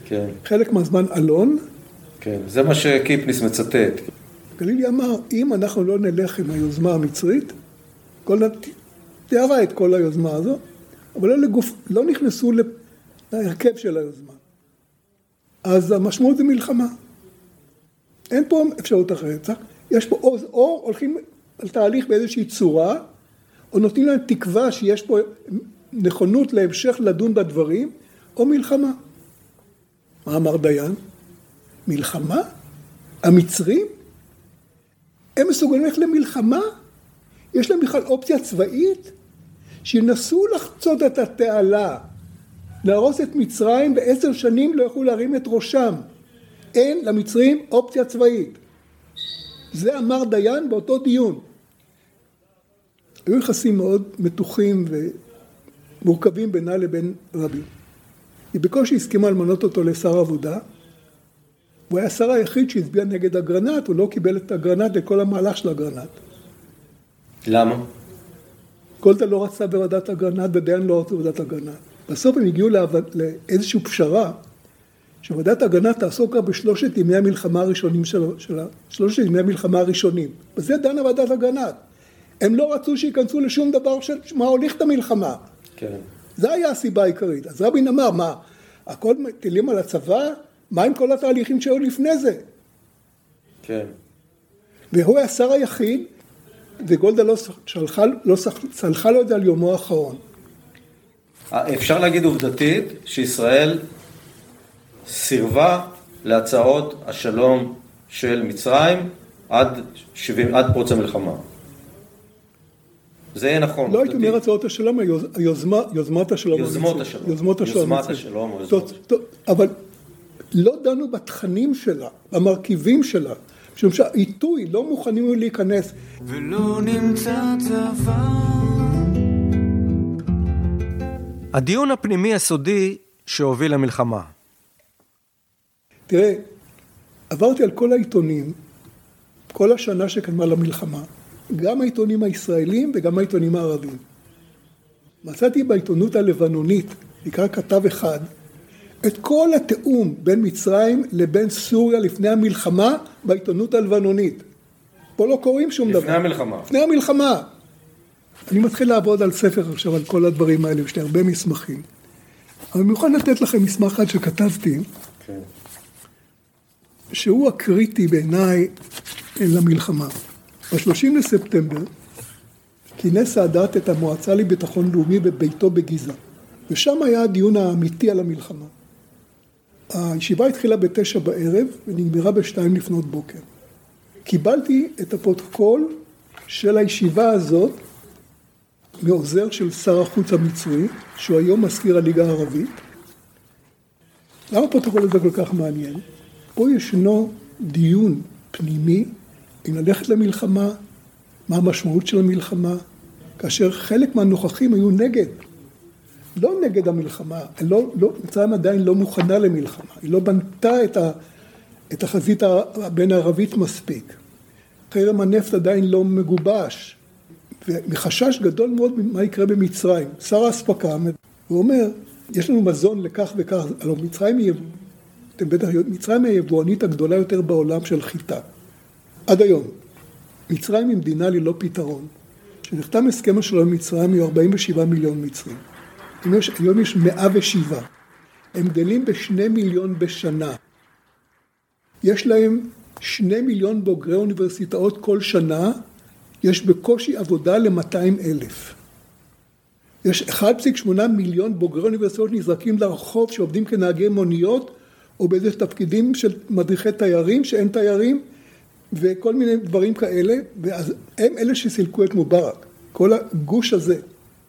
כן. חלק מהזמן אלון. כן, זה מה שקיפניס מצטט. גלילי אמר, אם אנחנו לא נלך עם היוזמה המצרית, תיארה את כל היוזמה הזו, אבל לא נכנסו להרכב של היוזמה. אז המשמעות זה מלחמה. אין פה אפשרות אחרת. יש פה או הולכים על תהליך באיזושהי צורה, או נותנים להם תקווה שיש פה נכונות להמשך לדון בדברים, או מלחמה. מה אמר דיין? מלחמה? המצרים? הם מסוגלים ללכת למלחמה? יש להם בכלל אופציה צבאית? שינסו לחצות את התעלה, להרוס את מצרים, ב10 שנים לא יכולו להרים את ראשם. אין למצרים אופציה צבאית. זה אמר דיין באותו דיון. היו יחסים מאוד מתוחים ומורכבים בינה לבין רבי. היא בקושי הסכימה למנות אותו לשר עבודה. הוא היה השר היחיד שהצביע נגד אגרנט, הוא לא קיבל את אגרנט לכל המהלך של אגרנט. למה? גולדה לא רצה בוועדת אגרנט, ודיין לא רצה בוועדת אגרנט. בסוף הם הגיעו לאיזושהי פשרה, שוועדת אגרנט תעסוק רק בשלושת ימי המלחמה הראשונים שלה, שלושת ימי המלחמה הראשונים. וזה דנה ועדת אגרנט. הם לא רצו שיכנסו לשום דבר של מה הוליך את המלחמה. כן. זה היה הסיבה העיקרית. אז רבין אמר, מה, הכל מטילים על הצבא? מה עם כל התהליכים שהיו לפני זה? כן. והוא היה השר היחיד, וגולדה לא סלחה לו את זה על יומו האחרון. אפשר להגיד עובדתית שישראל סירבה להצעות השלום של מצרים עד פרוץ המלחמה. זה יהיה נכון. לא הייתי אומר הצעות השלום, יוזמת השלום. יוזמות השלום. אבל לא דנו בתכנים שלה, במרכיבים שלה, משום שהעיתוי לא מוכנים להיכנס. ולא נמצא צבא. הדיון הפנימי הסודי שהוביל למלחמה. תראה, עברתי על כל העיתונים, כל השנה שקדמה למלחמה, גם העיתונים הישראלים וגם העיתונים הערבים. מצאתי בעיתונות הלבנונית, נקרא כתב אחד, את כל התאום בין מצרים לבין סוריה לפני המלחמה בעיתונות הלבנונית. פה לא קוראים שום דבר. לפני המלחמה. לפני המלחמה. אני מתחיל לעבוד על ספר עכשיו, על כל הדברים האלה, יש לי הרבה מסמכים. אבל אני יכול לתת לכם מסמך אחד שכתבתי, כן. שהוא הקריטי בעיניי למלחמה. ב-30 לספטמבר כינס סאדאת את המועצה לביטחון לאומי בביתו בגיזה, ושם היה הדיון האמיתי על המלחמה. הישיבה התחילה ב9 בערב ונגמרה ב2 לפנות בוקר. קיבלתי את הפרוטוקול של הישיבה הזאת מעוזר של שר החוץ המצרי, שהוא היום מזכיר הליגה הערבית. למה הפרוטוקול הזה כל כך מעניין? פה ישנו דיון פנימי, אם ללכת למלחמה, מה המשמעות של המלחמה, כאשר חלק מהנוכחים היו נגד. לא נגד המלחמה, מצרים עדיין לא מוכנה למלחמה, היא לא בנתה את החזית הבין הערבית מספיק. חרם הנפט עדיין לא מגובש, ומחשש גדול מאוד מה יקרה במצרים. שר האספקה, הוא אומר, יש לנו מזון לכך וכך, הלוא מצרים היא היבואנית הגדולה יותר בעולם של חיטה. עד היום, מצרים היא מדינה ללא פתרון. כשנחתם הסכם השלום עם מצרים, היו 47 מיליון מצרים. היום יש 107. הם גדלים ב2 מיליון בשנה. יש להם 2 מיליון בוגרי אוניברסיטאות כל שנה, יש בקושי עבודה ל200,000. יש 1.8 מיליון בוגרי אוניברסיטאות נזרקים לרחוב שעובדים כנהגי מוניות, או באיזה תפקידים של מדריכי תיירים, שאין תיירים, וכל מיני דברים כאלה, ואז הם אלה שסילקו את מובארק, כל הגוש הזה.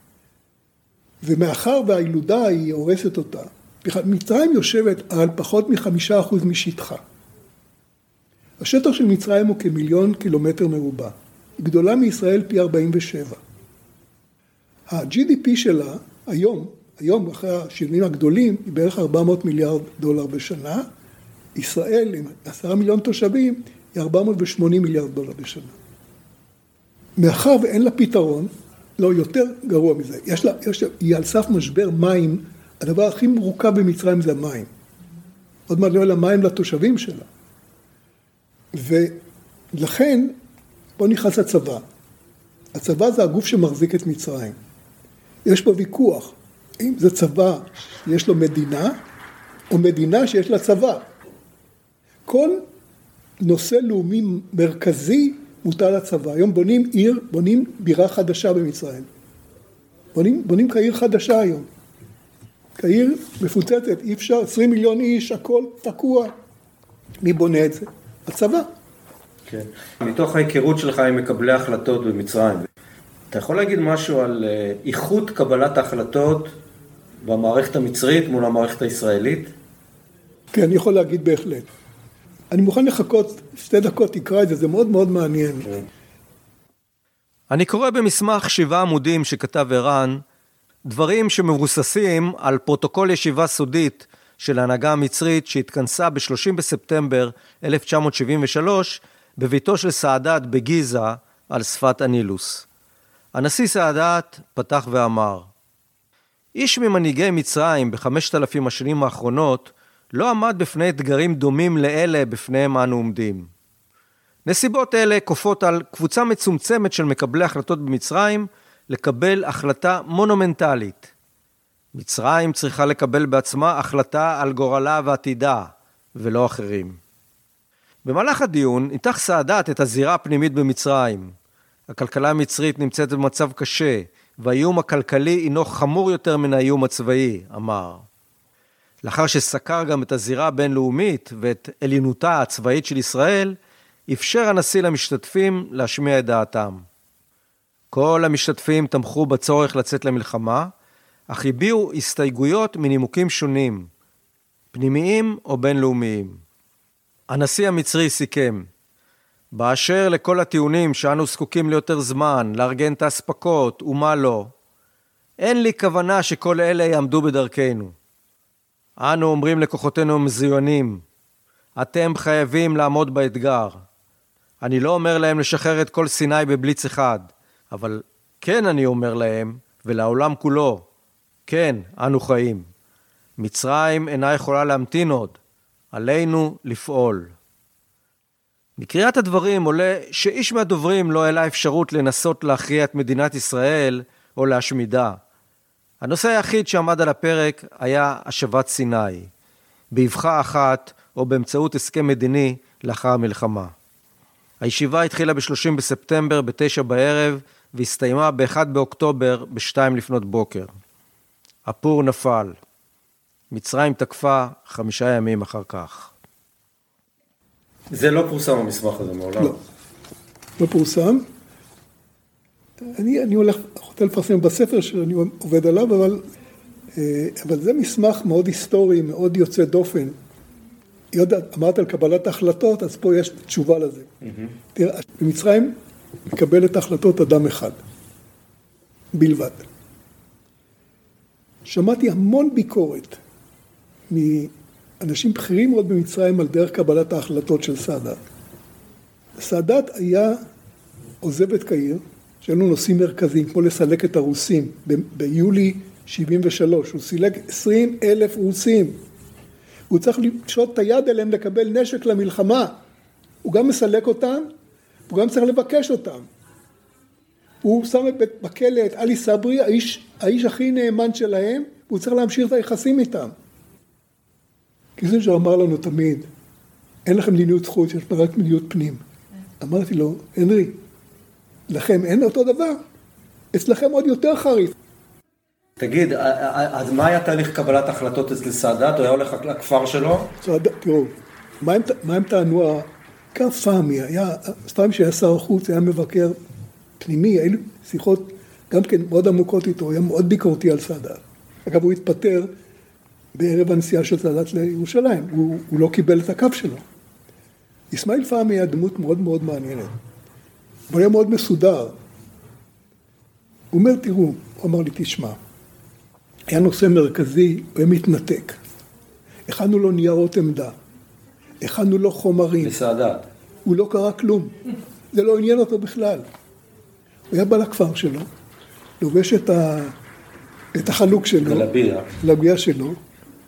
ומאחר והילודה היא הורסת אותה, מצרים יושבת על פחות מ5% משטחה. השטח של מצרים הוא כ1,000,000 קילומטר מרובע, היא גדולה מישראל פי 47. ה-GDP שלה היום אחרי השינויים הגדולים, היא בערך 400 מיליארד דולר בשנה, ישראל עם 10 מיליון תושבים, היא 480 מיליארד דולר בשנה. מאחר ואין לה פתרון, לא יותר גרוע מזה, היא על סף משבר מים, הדבר הכי מורכב במצרים זה המים. עוד מעט לא יהיה לה מים לתושבים שלה. ולכן, בוא נכנס לצבא. הצבא זה הגוף שמחזיק את מצרים. יש פה ויכוח, אם זה צבא שיש לו מדינה, או מדינה שיש לה צבא. כל נושא לאומי מרכזי מוטל לצבא. היום בונים עיר, בונים בירה חדשה במצרים. בונים כעיר חדשה היום. כעיר מפוצצת, אי אפשר, 20 מיליון איש, הכל תקוע. מי בונה את זה? הצבא. כן. מתוך ההיכרות שלך עם מקבלי ההחלטות במצרים, אתה יכול להגיד משהו על איכות קבלת ההחלטות במערכת המצרית מול המערכת הישראלית? כן, אני יכול להגיד בהחלט. אני מוכן לחכות 2 דקות, תקרא את זה, זה מאוד מאוד מעניין. כן. אני קורא במסמך 7 עמודים שכתב ערן, דברים שמבוססים על פרוטוקול ישיבה סודית של ההנהגה המצרית שהתכנסה ב-30 בספטמבר 1973 בביתו של סאדאת בגיזה על שפת הנילוס. הנשיא סאדאת פתח ואמר, איש ממנהיגי מצרים ב5,000 השנים האחרונות לא עמד בפני אתגרים דומים לאלה בפניהם אנו עומדים. נסיבות אלה כופות על קבוצה מצומצמת של מקבלי החלטות במצרים לקבל החלטה מונומנטלית. מצרים צריכה לקבל בעצמה החלטה על גורלה ועתידה, ולא אחרים. במהלך הדיון ניתח סאדאת את הזירה הפנימית במצרים. הכלכלה המצרית נמצאת במצב קשה, והאיום הכלכלי הינו חמור יותר מן האיום הצבאי, אמר. לאחר שסקר גם את הזירה הבינלאומית ואת עליונותה הצבאית של ישראל, אפשר הנשיא למשתתפים להשמיע את דעתם. כל המשתתפים תמכו בצורך לצאת למלחמה, אך הביעו הסתייגויות מנימוקים שונים, פנימיים או בינלאומיים. הנשיא המצרי סיכם, באשר לכל הטיעונים שאנו זקוקים ליותר זמן, לארגן את ההספקות ומה לא, אין לי כוונה שכל אלה יעמדו בדרכנו. אנו אומרים לכוחותינו מזוינים, אתם חייבים לעמוד באתגר. אני לא אומר להם לשחרר את כל סיני בבליץ אחד, אבל כן אני אומר להם, ולעולם כולו, כן, אנו חיים. מצרים אינה יכולה להמתין עוד, עלינו לפעול. מקריאת הדברים עולה שאיש מהדוברים לא העלה אפשרות לנסות להכריע את מדינת ישראל או להשמידה. הנושא היחיד שעמד על הפרק היה השבת סיני, באבחה אחת או באמצעות הסכם מדיני לאחר המלחמה. הישיבה התחילה ב-30 בספטמבר ב-9 בערב והסתיימה ב-1 באוקטובר ב-2 לפנות בוקר. הפור נפל. מצרים תקפה 5 ימים אחר כך. זה לא פורסם המסמך הזה מעולם? לא פורסם. אני רוצה לפרסם בספר שאני עובד עליו, אבל זה מסמך מאוד היסטורי, מאוד יוצא דופן. אמרת על קבלת ההחלטות, אז פה יש תשובה לזה. תראה, במצרים מקבל את ההחלטות אדם אחד, בלבד. שמעתי המון ביקורת מאנשים בכירים מאוד במצרים על דרך קבלת ההחלטות של סאדאת. סאדאת היה עוזב את קהיר, שהיו לו נושאים מרכזיים, כמו לסלק את הרוסים, ביולי 73, הוא סילק 20,000 רוסים. הוא צריך לפשוט את היד אליהם לקבל נשק למלחמה. הוא גם מסלק אותם, הוא גם צריך לבקש אותם. הוא שם בכלא את עלי סברי, האיש הכי נאמן שלהם, והוא צריך להמשיך את היחסים איתם. קיסינג'ר אמר לנו תמיד, אין לכם מדיניות חוץ, יש רק מדיניות פנים. אמרתי לו, הנרי, לכם אין אותו דבר, אצלכם עוד יותר חריף. תגיד, אז מה היה תהליך קבלת החלטות אצל סאדאת? הוא היה הולך לכפר שלו? תראו, מה הם טענו? פאמי, פעם שהיה שר החוץ, היה מבקר פנימי, היו שיחות גם כן מאוד עמוקות איתו, היה מאוד ביקורתי על סאדאת. אגב, הוא התפטר בערב הנסיעה של סאדאת לירושלים, הוא לא קיבל את הקו שלו. אסמאעיל פאמי היה דמות מאוד מאוד מעניינת, אבל היה מאוד מסודר. הוא אומר, תראו, הוא אמר לי, תשמע, היה נושא מרכזי, הוא היה מתנתק. הכנו לו ניירות עמדה, הכנו לו חומרים. בסאדאת. הוא לא קרא כלום, זה לא עניין אותו בכלל. הוא היה בא לכפר שלו, לובש את החלוק שלו, גלביה שלו,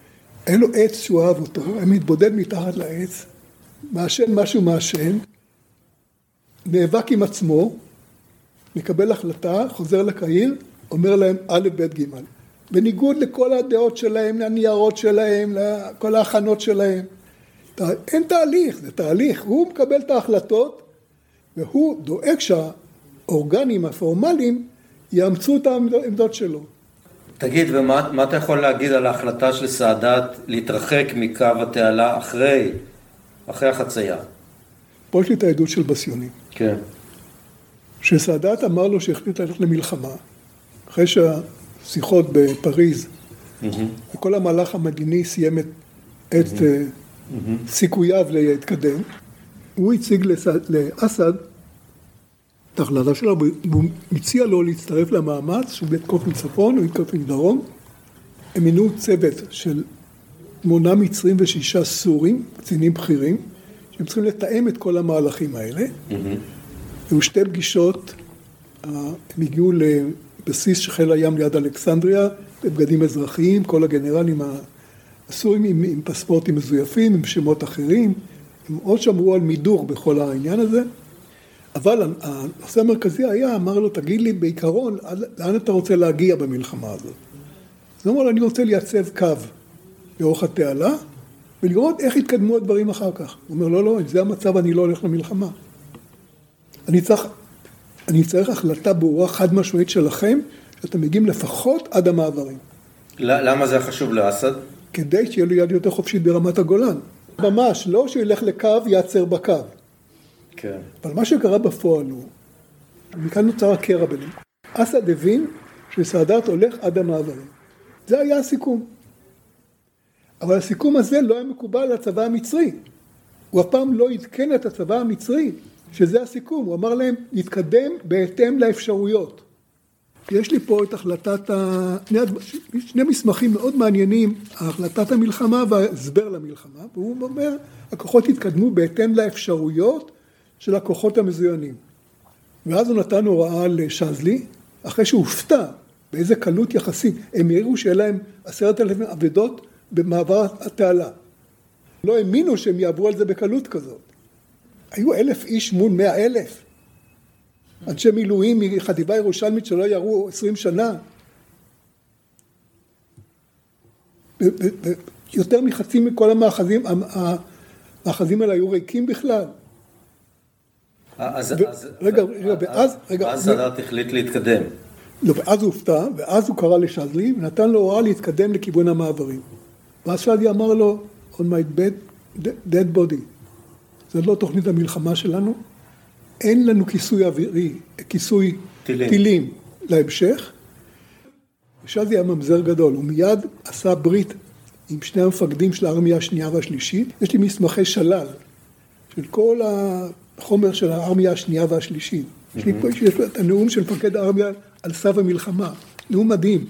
אין לו עץ שהוא אהב אותו, הוא מתבודד מתחת לעץ, מעשן משהו מעשן, נאבק עם עצמו, מקבל החלטה, חוזר לקהיר, אומר להם א' ב' ג'. בניגוד לכל הדעות שלהם, לניירות שלהם, לכל ההכנות שלהם. אין תהליך, זה תהליך. הוא מקבל את ההחלטות, והוא דואג שהאורגנים הפורמליים יאמצו את העמדות שלו. תגיד, ומה אתה יכול להגיד על ההחלטה של סאדאת להתרחק מקו התעלה אחרי החצייה? פה יש לי את העדות של בסיוני. כן. שסאדאת אמר לו שהחליט ללכת למלחמה, אחרי שהשיחות בפריז, וכל המהלך המדיני סיים את סיכוייו להתקדם, הוא הציג לאסד את ההחלטה שלו, והוא מציע לו להצטרף למאמץ, שהוא יתקוף מצפון או יתקוף מדרום. הם מינו צוות של 8 מצרים ו6 סורים, קצינים בכירים, שהם צריכים לתאם את כל המהלכים האלה. היו 2 פגישות, הם הגיעו לבסיס של חיל הים ליד אלכסנדריה, בבגדים אזרחיים, כל הגנרלים הסורים עם פספורטים מזויפים, עם שמות אחרים, הם עוד שמרו על מידור בכל העניין הזה, אבל הנושא המרכזי היה, אמר לו, תגיד לי בעיקרון, לאן אתה רוצה להגיע במלחמה הזאת? אז הוא אמר לו, אני רוצה לייצב קו לאורך התעלה, ולראות איך יתקדמו הדברים אחר כך. הוא אומר, לא, אם זה המצב, אני לא הולך למלחמה. אני צריך החלטה ברורה חד משמעית שלכם, שאתם מגיעים לפחות עד המעברים. למה זה חשוב לאסד? כדי שיהיה לו יד יותר חופשית ברמת הגולן. ממש, לא שילך לקו, יעצר בקו. כן. אבל מה שקרה בפועל הוא, מכאן נוצר הקרע ביניהם. אסד הבין שסאדאת הולך עד המעברים. זה היה הסיכום. אבל הסיכום הזה לא היה מקובל על הצבא המצרי. הוא אף פעם לא עדכן את הצבא המצרי, שזה הסיכום. הוא אמר להם, להתקדם בהתאם לאפשרויות. יש לי פה את החלטת, שני מסמכים מאוד מעניינים, החלטת המלחמה וההסבר למלחמה, והוא אומר, הכוחות התקדמו בהתאם לאפשרויות של הכוחות המזוינים. ואז הוא נתן הוראה לשזלי, אחרי שהוא הופתע באיזה קלות יחסית, הם הראו שיהיה להם 10,000 עבדות במעבר התעלה. לא האמינו שהם יעברו על זה בקלות כזאת. היו 1,000 איש מול 100,000. אנשי מילואים מחטיבה ירושלמית שלא יראו 20 שנה. יותר מחצי מכל המאחזים, המאחזים האלה היו ריקים בכלל. אז סאדאת החליט להתקדם. לא, ואז הוא הופתע, ואז הוא קרא לשזלי, ונתן לו הוראה להתקדם לכיוון המעברים. ואז שזלי אמר לו, on my dead body, זה לא תוכנית המלחמה שלנו, אין לנו כיסוי אווירי, כיסוי טילים להמשך. שזלי היה ממזר גדול, הוא מיד עשה ברית עם שני המפקדים של הארמיה השנייה והשלישית. יש לי מסמכי שלל של כל החומר של הארמיה השנייה והשלישית. יש לי פה את הנאום של מפקד הארמיה על סף המלחמה, נאום מדהים.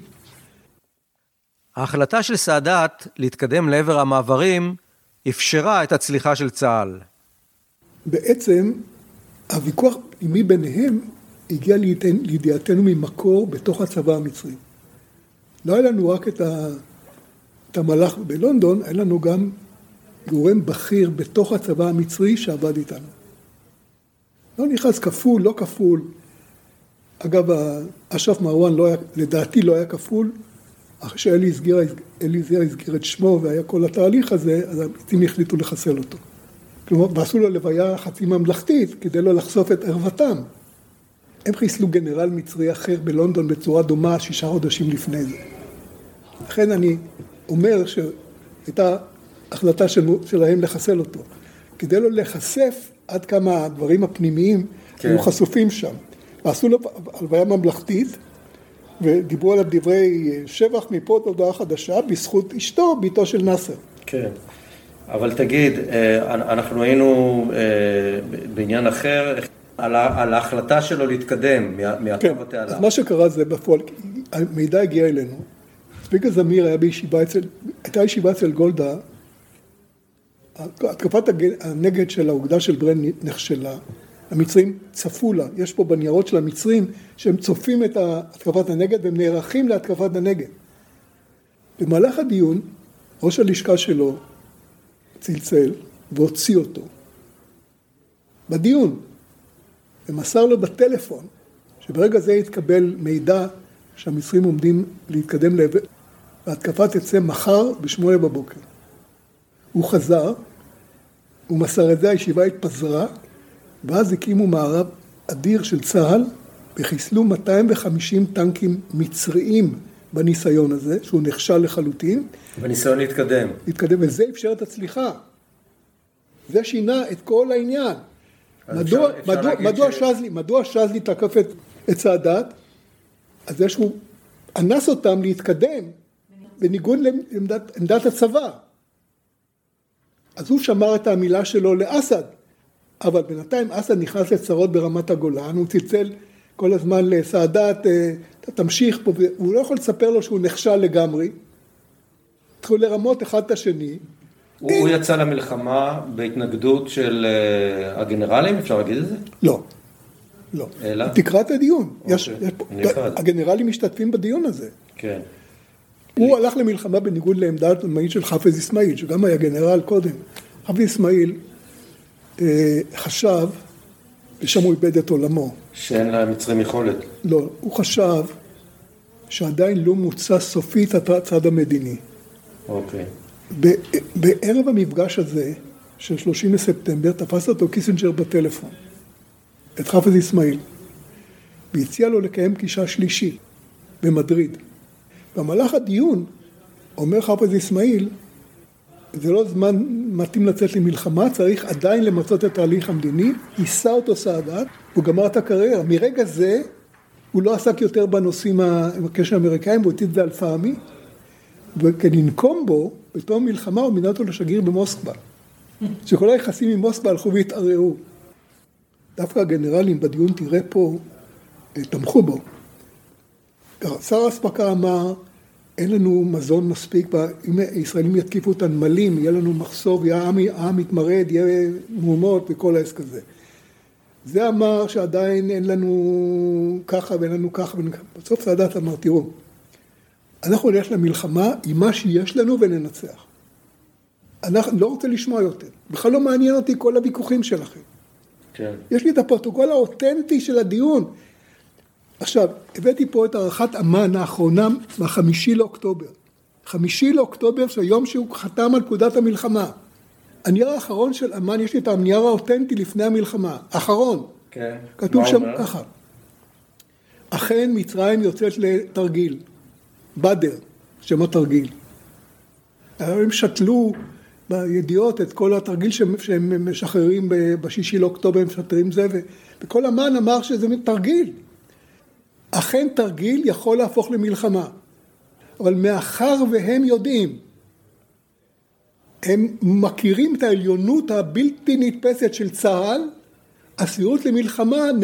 ההחלטה של סאדאת להתקדם לעבר המעברים אפשרה את הצליחה של צה"ל. בעצם הוויכוח פנימי ביניהם הגיע לידיעתנו ממקור בתוך הצבא המצרי. לא היה לנו רק את המלאך בלונדון, היה לנו גם גורם בכיר בתוך הצבא המצרי שעבד איתנו. לא נכנס כפול, לא כפול. אגב, אשרף מרואן לדעתי לא היה כפול, אחרי שאליזיר הסגיר את שמו והיה כל התהליך הזה, אז המצרים החליטו לחסל אותו. כלומר, ועשו לו לוויה חצי ממלכתית, כדי לא לחשוף את ערוותם. הם חיסלו גנרל מצרי אחר בלונדון בצורה דומה 6 חודשים לפני זה. לכן אני אומר שהייתה החלטה שלהם לחסל אותו. כדי לא לחשף עד כמה הדברים הפנימיים היו חשופים שם. ועשו לו הלוויה ממלכתית, ודיברו עליו דברי שבח מפה עד הודעה חדשה, בזכות אשתו, ביתו של נאסר. כן. אבל תגיד, אנחנו היינו בעניין אחר, על ההחלטה שלו להתקדם מהקו התעלה. אז מה שקרה זה בפועל, המידע הגיע אלינו. צביקה זמיר הייתה ישיבה אצל גולדה, התקפת הנגד של האוגדה של ברן נכשלה, המצרים צפו לה, יש פה בניירות של המצרים שהם צופים את התקפת הנגד והם נערכים להתקפת הנגד. במהלך הדיון, ראש הלשכה שלו צלצל והוציא אותו. בדיון, ומסר לו בטלפון, שברגע זה יתקבל מידע שהמצרים עומדים להתקדם לעבר, וההתקפה תצא מחר ב8 בבוקר. הוא חזר, הוא מסר את זה, הישיבה התפזרה, ואז הקימו מערב אדיר של צה"ל, וחיסלו 250 טנקים מצריים בניסיון הזה, שהוא נכשל לחלוטין. בניסיון להתקדם. וזה אפשר את הצליחה. זה שינה את כל העניין. מדוע שזלי תקף את סאדאת? אז זה שהוא אנס אותם להתקדם, בניגוד לעמדת הצבא. אז הוא שמר את המילה שלו לאסד, אבל בינתיים אסד נכנס לצרות ברמת הגולן, הוא צלצל כל הזמן לסאדאת, אתה תמשיך פה, והוא לא יכול לספר לו שהוא נכשל לגמרי, התחילו לרמות אחד את השני. הוא יצא למלחמה בהתנגדות של הגנרלים, אפשר להגיד את זה? לא, לא. אלא? תקרא את הדיון. הגנרלים משתתפים בדיון הזה. כן. הוא הלך למלחמה בניגוד לעמדה התלמאית של חאפז אסמאעיל, שגם היה גנרל קודם. חאפז אסמאעיל חשב, ושם הוא איבד את עולמו. שאין למצרים יכולת. לא, הוא חשב שעדיין לא מוצא סופית את הצד המדיני. אוקיי. בערב המפגש הזה, של 30 בספטמבר, תפס אותו קיסינג'ר בטלפון, את חאפז אסמאעיל, והציע לו לקיים פגישה שלישית במדריד. במהלך הדיון, אומר חאפז אסמאעיל, זה לא זמן מתאים לצאת למלחמה, צריך עדיין למצות את ההליך המדיני, יישא אותו סאדאת, הוא גמר את הקריירה. מרגע זה, הוא לא עסק יותר בנושאים עם הקשר האמריקאים, הוא הוציא את זה על פאמי, וכננקום בו, בתום מלחמה, הוא מינה אותו לשגריר במוסקבה. שכל היחסים עם מוסקבה הלכו והתערערו. דווקא הגנרלים בדיון תראה פה, תמכו בו. שר האספקה אמר, אין לנו מזון מספיק, אם הישראלים יתקיפו את הנמלים, יהיה לנו מחסור, העם יתמרד, יהיה מהומות וכל העסק הזה. זה אמר שעדיין אין לנו ככה ואין לנו ככה. בסוף סאדאת אמר, תראו, אנחנו נלך למלחמה עם מה שיש לנו וננצח. אנחנו לא רוצה לשמוע יותר. בכלל לא מעניין אותי כל הוויכוחים שלכם. כן. יש לי את הפרוטוקול האותנטי של הדיון. עכשיו, הבאתי פה את הערכת אמן האחרונה מה-5 לאוקטובר. 5 לאוקטובר, שהיום שהוא חתם על פקודת המלחמה. הנייר האחרון של אמן, יש לי את הנייר האותנטי לפני המלחמה. האחרון. כן. כתוב שם ככה. אכן מצרים יוצאת לתרגיל. בדר, שם התרגיל. הם שתלו בידיעות את כל התרגיל שהם משחררים ב6 לאוקטובר, הם משחררים זה, וכל אמן אמר שזה תרגיל. אכן תרגיל יכול להפוך למלחמה. אבל מאחר והם יודעים, הם מכירים את העליונות הבלתי נתפסת של צה"ל, הסבירות למלחמה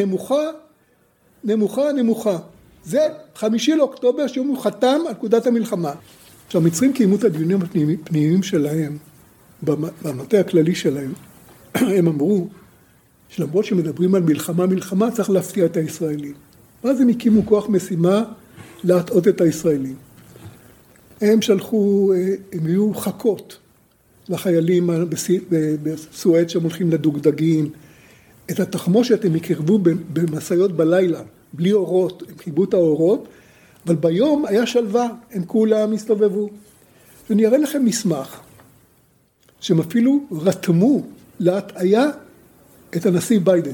נמוכה. זה 5 לאוקטובר שהוא חתם על פקודת המלחמה. עכשיו, המצרים קיימו את הדיונים הפנימיים שלהם, במטה הכללי שלהם, הם אמרו שלמרות שמדברים על מלחמה צריך להפתיע את הישראלים. ואז הם הקימו כוח משימה להטעות את הישראלים. הם שלחו, הם היו חכות לחיילים בסואץ שהם הולכים לדוגדגים, את התחמושת הם יקרבו במסעיות בלילה, בלי אורות, הם חיבו את האורות, אבל ביום היה שלווה, הם כולם הסתובבו. ואני אראה לכם מסמך, שהם אפילו רתמו להטעיה את הנשיא ביידן.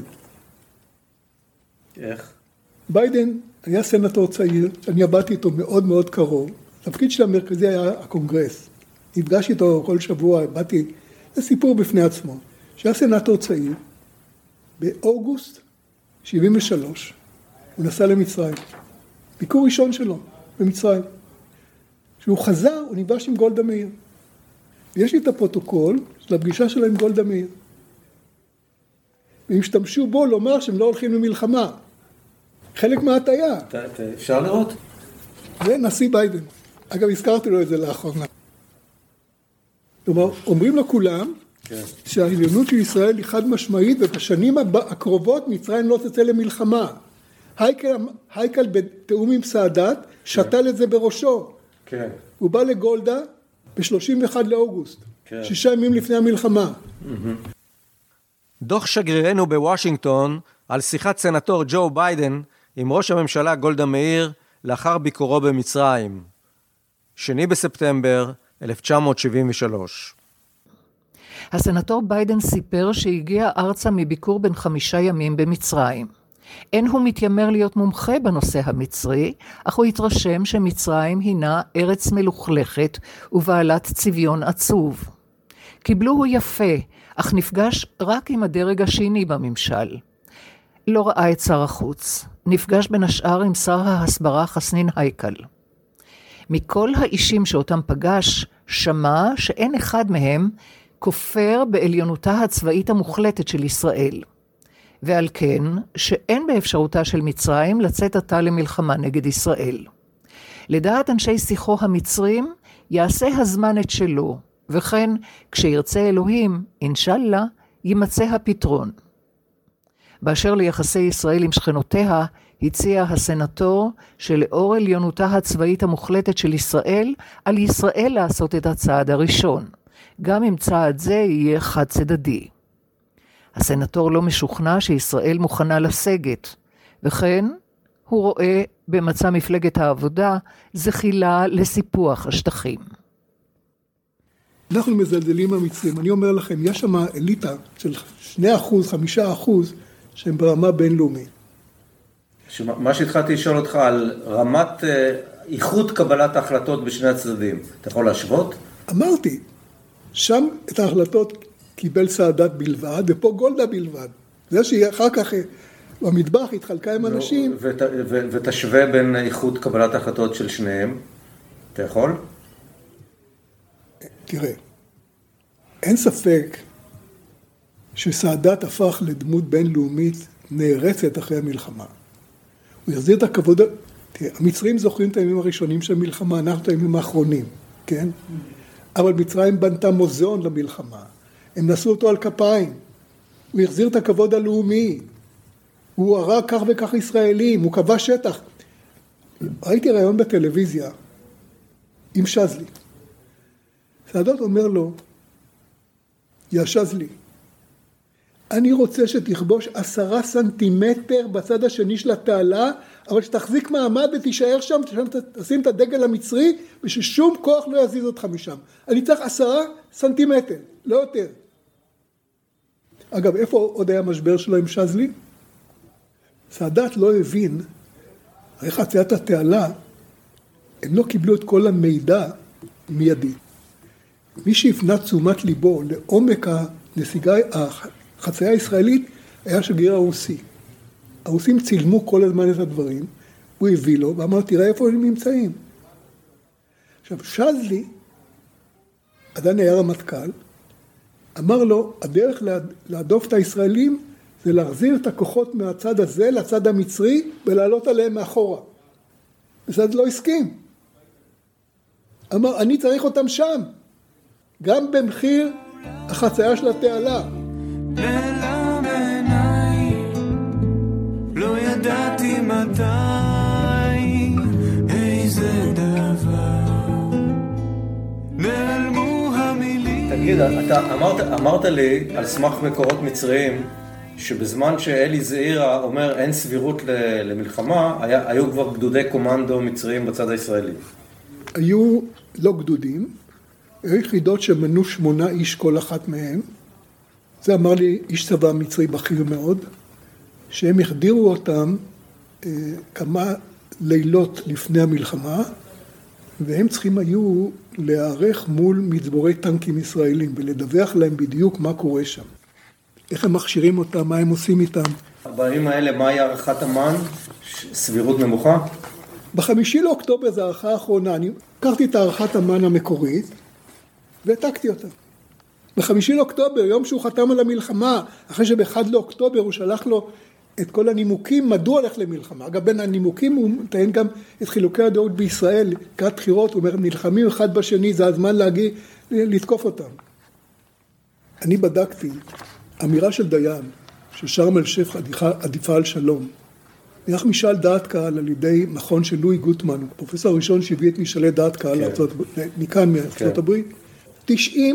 איך? ביידן היה סנטור צעיר, אני עבדתי איתו מאוד מאוד קרוב, התפקיד של המרכזי היה הקונגרס. נפגשתי איתו כל שבוע, באתי, זה סיפור בפני עצמו, שהיה סנטור צעיר, באוגוסט 73, הוא נסע למצרים, ביקור ראשון שלו במצרים. כשהוא חזר, הוא נפגש עם גולדה מאיר. ויש לי את הפרוטוקול של הפגישה שלה עם גולדה מאיר. והם השתמשו בו לומר שהם לא הולכים למלחמה. חלק מההטעיה. אפשר לראות? זה נשיא ביידן. אגב, הזכרתי לו את זה לאחרונה. כלומר, אומרים לו כולם, שהעליונות של ישראל היא חד משמעית, ובשנים הקרובות מצרים לא תצא למלחמה. הייקל בתאום עם סאדאת, שתל את זה בראשו. כן. הוא בא לגולדה, ב-31 לאוגוסט, 6 ימים לפני המלחמה. דוח שגרירנו בוושינגטון על שיחת סנטור ג'ו ביידן עם ראש הממשלה גולדה מאיר לאחר ביקורו במצרים. 2 בספטמבר 1973. הסנטור ביידן סיפר שהגיע ארצה מביקור בן 5 ימים במצרים. אין הוא מתיימר להיות מומחה בנושא המצרי, אך הוא התרשם שמצרים הינה ארץ מלוכלכת ובעלת צביון עצוב. קיבלוהו יפה, אך נפגש רק עם הדרג השני בממשל. לא ראה את שר החוץ, נפגש בין השאר עם שר ההסברה חסנין הייקל. מכל האישים שאותם פגש, שמע שאין אחד מהם כופר בעליונותה הצבאית המוחלטת של ישראל. ועל כן, שאין באפשרותה של מצרים לצאת עתה למלחמה נגד ישראל. לדעת אנשי שיחו המצרים, יעשה הזמן את שלו, וכן, כשירצה אלוהים, אינשאללה, יימצא הפתרון. באשר ליחסי ישראל עם שכנותיה, הציע הסנטור שלאור עליונותה הצבאית המוחלטת של ישראל, על ישראל לעשות את הצעד הראשון, גם אם צעד זה יהיה חד צדדי. הסנטור לא משוכנע שישראל מוכנה לסגת, וכן הוא רואה במצע מפלגת העבודה זחילה לסיפוח השטחים. אנחנו מזלזלים המצרים, אני אומר לכם, יש שם אליטה של 2%, 5% שהם ברמה בינלאומית. מה שהתחלתי לשאול אותך על רמת איכות קבלת ההחלטות בשני הצדדים, אתה יכול להשוות? אמרתי, שם את ההחלטות קיבל סאדאת בלבד, ופה גולדה בלבד. זה שהיא אחר כך במטבח התחלקה עם אנשים. ותשווה בין איכות קבלת ההחלטות של שניהם, אתה יכול? תראה, אין ספק שסאדאת הפך לדמות בינלאומית נערצת אחרי המלחמה. הוא יחזיר את הכבוד, תראה, המצרים זוכרים את הימים הראשונים של המלחמה, אנחנו את הימים האחרונים, כן? אבל מצרים בנתה מוזיאון למלחמה, הם נשאו אותו על כפיים, הוא יחזיר את הכבוד הלאומי, הוא הרג כך וכך ישראלים, הוא קבע שטח. ראיתי רעיון בטלוויזיה עם שזלי. סאדאת אומר לו, יא שזלי, אני רוצה שתכבוש 10 סנטימטר בצד השני של התעלה, אבל שתחזיק מעמד ותישאר שם, תשים את הדגל המצרי, וששום כוח לא יזיז אותך משם. אני צריך 10 סנטימטר, לא יותר. אגב, איפה עוד היה משבר שלו עם שזלי? סאדאת לא הבין, אחרי חציית התעלה, הם לא קיבלו את כל המידע מיידי. מי שהפנה תשומת ליבו לעומק הנסיגה, החצייה הישראלית, היה שגריר הרוסי. הרוסים צילמו כל הזמן את הדברים, הוא הביא לו ואמר, תראה איפה הם נמצאים. עכשיו, שזלי, עדיין היה רמטכ"ל, אמר לו, הדרך להדוף את הישראלים, זה להחזיר את הכוחות מהצד הזה לצד המצרי, ולעלות עליהם מאחורה. וסאדאת לא הסכים. אמר, אני צריך אותם שם, גם במחיר החצייה של התעלה. לילה בעיניי, לא ידעתי מתי, איזה דבר, נעלמו המילים. תגיד, אתה אמרת לי על סמך מקורות מצריים, שבזמן שאלי זעירה אומר אין סבירות למלחמה, היו כבר גדודי קומנדו מצריים בצד הישראלי. היו לא גדודים, היו יחידות שמנו 8 איש כל אחת מהם. זה אמר לי איש צבא מצרי בכיר מאוד, שהם החדירו אותם כמה לילות לפני המלחמה, והם צריכים היו להיערך מול מצבורי טנקים ישראלים, ולדווח להם בדיוק מה קורה שם. איך הם מכשירים אותם, מה הם עושים איתם. בימים האלה, מהי הערכת אמ"ן? סבירות נמוכה? ב5 לאוקטובר זה הערכה האחרונה, אני לקחתי את הערכת אמ"ן המקורית, והעתקתי אותה. ב5 לאוקטובר, יום שהוא חתם על המלחמה, אחרי שב1 לאוקטובר הוא שלח לו את כל הנימוקים, מדוע הולך למלחמה. אגב, בין הנימוקים הוא מתאין גם את חילוקי הדעות בישראל, לקראת בחירות, הוא אומר, הם נלחמים אחד בשני, זה הזמן לתקוף אותם. אני בדקתי, אמירה של דיין, ששארם אל-שייח עדיפה על שלום, נערך משאל דעת קהל על ידי מכון של לואי גוטמן, הפרופסור הראשון שהביא את משאלי דעת קהל מכאן, מארצות הברית. 92%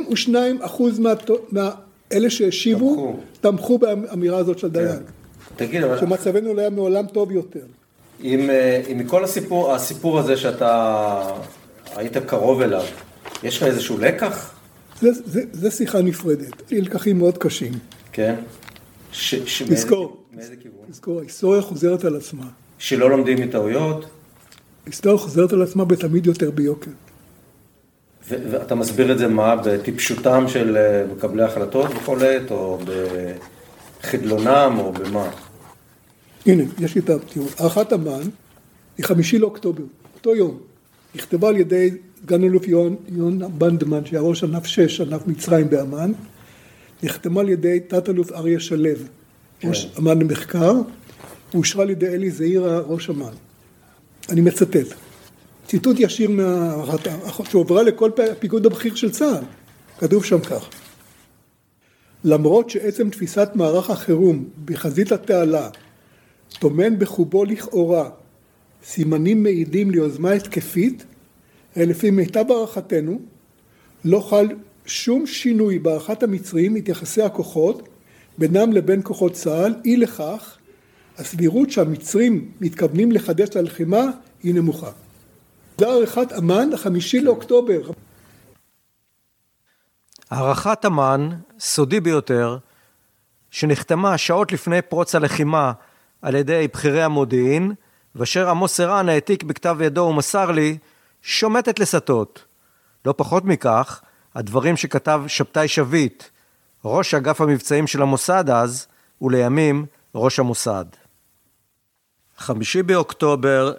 מאלה שהשיבו תמכו באמירה הזאת של דיין. תגיד, אבל... שמצבנו היה מעולם טוב יותר. אם מכל הסיפור הזה שאתה היית קרוב אליו, יש לך איזשהו לקח? זה שיחה נפרדת. לקחים מאוד קשים. כן. תזכור. מאיזה כיוון? תזכור, ההיסטוריה חוזרת על עצמה. שלא לומדים מטעויות? ההיסטוריה חוזרת על עצמה בתמיד יותר ביוקר. ואתה מסביר את זה מה? בטיפשותם של מקבלי החלטות בכל עת, או בחדלונם, או במה? הנה, יש לי את התיאור. הערכת אמ"ן היא 5 לאוקטובר, אותו יום. נכתבה על ידי סגן אלוף יון בנדמן, שהיה ראש ענף 6, ענף מצרים באמ"ן. נחתמה על ידי תת אלוף אריה שלו, ראש אמ"ן למחקר, ואושרה על ידי אלי זעירה, ראש אמ"ן. אני מצטט. ציטוט ישיר שהועברה לכל פיקוד הבכיר של צה"ל. כתוב שם כך. למרות שעצם תפיסת מערך החירום בחזית התעלה טומן בחובו לכאורה סימנים מעידים ליוזמה התקפית, לפי מיטב הערכתנו לא חל שום שינוי בהערכת המצרים את יחסי הכוחות בינם לבין כוחות צה"ל. אי לכך, הסבירות שהמצרים מתכוונים לחדש את הלחימה היא נמוכה. זה הערכת אמ"ן, 5 לאוקטובר. הערכת אמ"ן, סודי ביותר, שנחתמה שעות לפני פרוץ הלחימה על ידי בכירי המודיעין, ואשר עמוס ערן העתיק בכתב ידו ומסר לי, שומטת לסטות. לא פחות מכך, הדברים שכתב שבתאי שביט, ראש אגף המבצעים של המוסד אז, ולימים ראש המוסד. 5 באוקטובר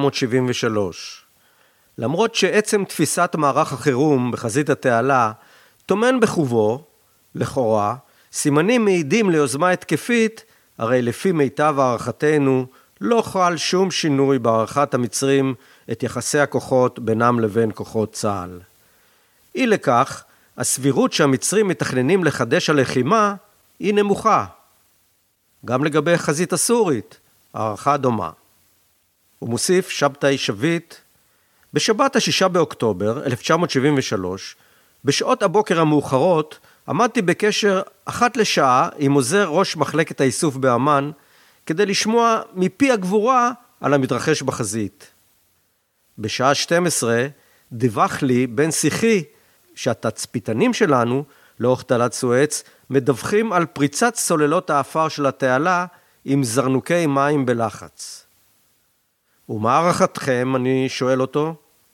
1973. למרות שעצם תפיסת מערך החירום בחזית התעלה טומן בחובו, לכאורה, סימנים מעידים ליוזמה התקפית, הרי לפי מיטב הערכתנו לא חל שום שינוי בהערכת המצרים את יחסי הכוחות בינם לבין כוחות צה"ל. אי לכך, הסבירות שהמצרים מתכננים לחדש הלחימה היא נמוכה. גם לגבי חזית הסורית, הערכה דומה. הוא מוסיף שבתאי שביט, בשבת 6 באוקטובר 1973, בשעות הבוקר המאוחרות, עמדתי בקשר 1 לשעה עם עוזר ראש מחלקת האיסוף באמ"ן, כדי לשמוע מפי הגבורה על המתרחש בחזית. בשעה 12 דיווח לי בן שיחי שהתצפיתנים שלנו לאורך תעלת סואץ מדווחים על פריצת סוללות האפר של התעלה עם זרנוקי מים בלחץ. ומה הערכתכם? אני שואל אותו.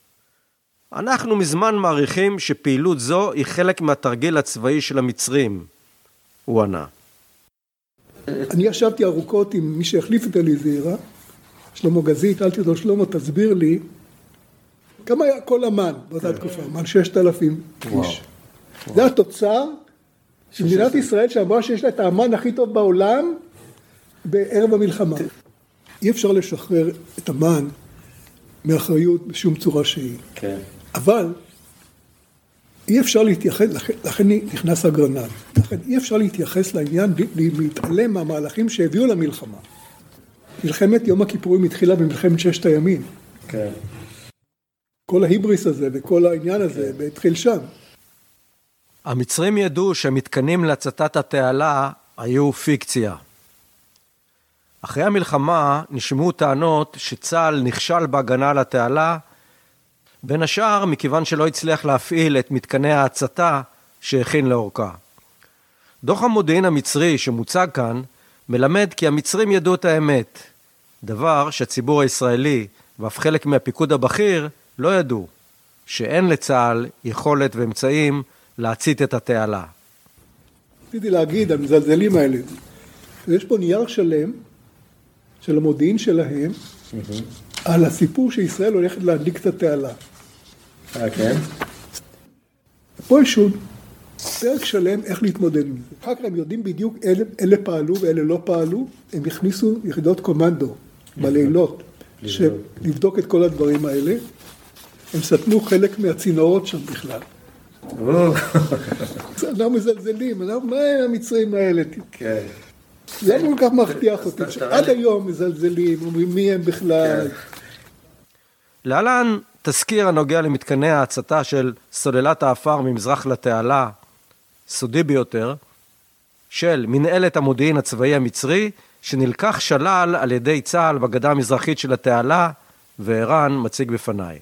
אנחנו מזמן מעריכים שפעילות זו היא חלק מהתרגיל הצבאי של המצרים, הוא ענה. אני ישבתי ארוכות עם מי שהחליף את אלי זעירה, שלמה גזית, שאלתי אותו, שלמה, תסביר לי, כמה היה כל אמ"ן באותה תקופה? אמ"ן 6,000 איש. זה התוצר של מדינת ישראל שאמרה שיש לה את האמ"ן הכי טוב בעולם בערב המלחמה. אי אפשר לשחרר את אמ"ן מאחריות בשום צורה שהיא. כן. אבל אי אפשר להתייחס, לכן נכנס אגרנט, לכן אי אפשר להתייחס לעניין להתעלם מהמהלכים שהביאו למלחמה. מלחמת יום הכיפורים התחילה במלחמת 6 הימים. כן. כל ההיבריס הזה וכל העניין הזה התחיל שם. המצרים ידעו שהמתקנים להצתת התעלה היו פיקציה. אחרי המלחמה נשמעו טענות שצה"ל נכשל בהגנה על התעלה, בין השאר מכיוון שלא הצליח להפעיל את מתקני ההצתה שהכין לאורכה. דוח המודיעין המצרי שמוצג כאן מלמד כי המצרים ידעו את האמת, דבר שהציבור הישראלי ואף חלק מהפיקוד הבכיר לא ידעו, שאין לצה"ל יכולת ואמצעים להצית את התעלה. רציתי להגיד, המזלזלים האלה, יש פה נייר שלם של המודיעין שלהם, על הסיפור שישראל הולכת להדליק את התעלה. כן. פה יש עוד פרק שלם איך להתמודד עם זה. אחר כך הם יודעים בדיוק אלה פעלו ואלה לא פעלו, הם הכניסו יחידות קומנדו בלילות, לבדוק את כל הדברים האלה. הם סתמו חלק מהצינורות שם בכלל. אנחנו מזלזלים, מה הם המצרים האלה? כן. זה כל כך מבטיח אותי, שעד היום מזלזלים, אומרים מי הם בכלל. להלן תזכיר הנוגע למתקני ההצתה של סוללת האפר ממזרח לתעלה, סודי ביותר, של מנהלת המודיעין הצבאי המצרי, שנלקח שלל על ידי צה"ל בגדה המזרחית של התעלה, וערן מציג בפניי.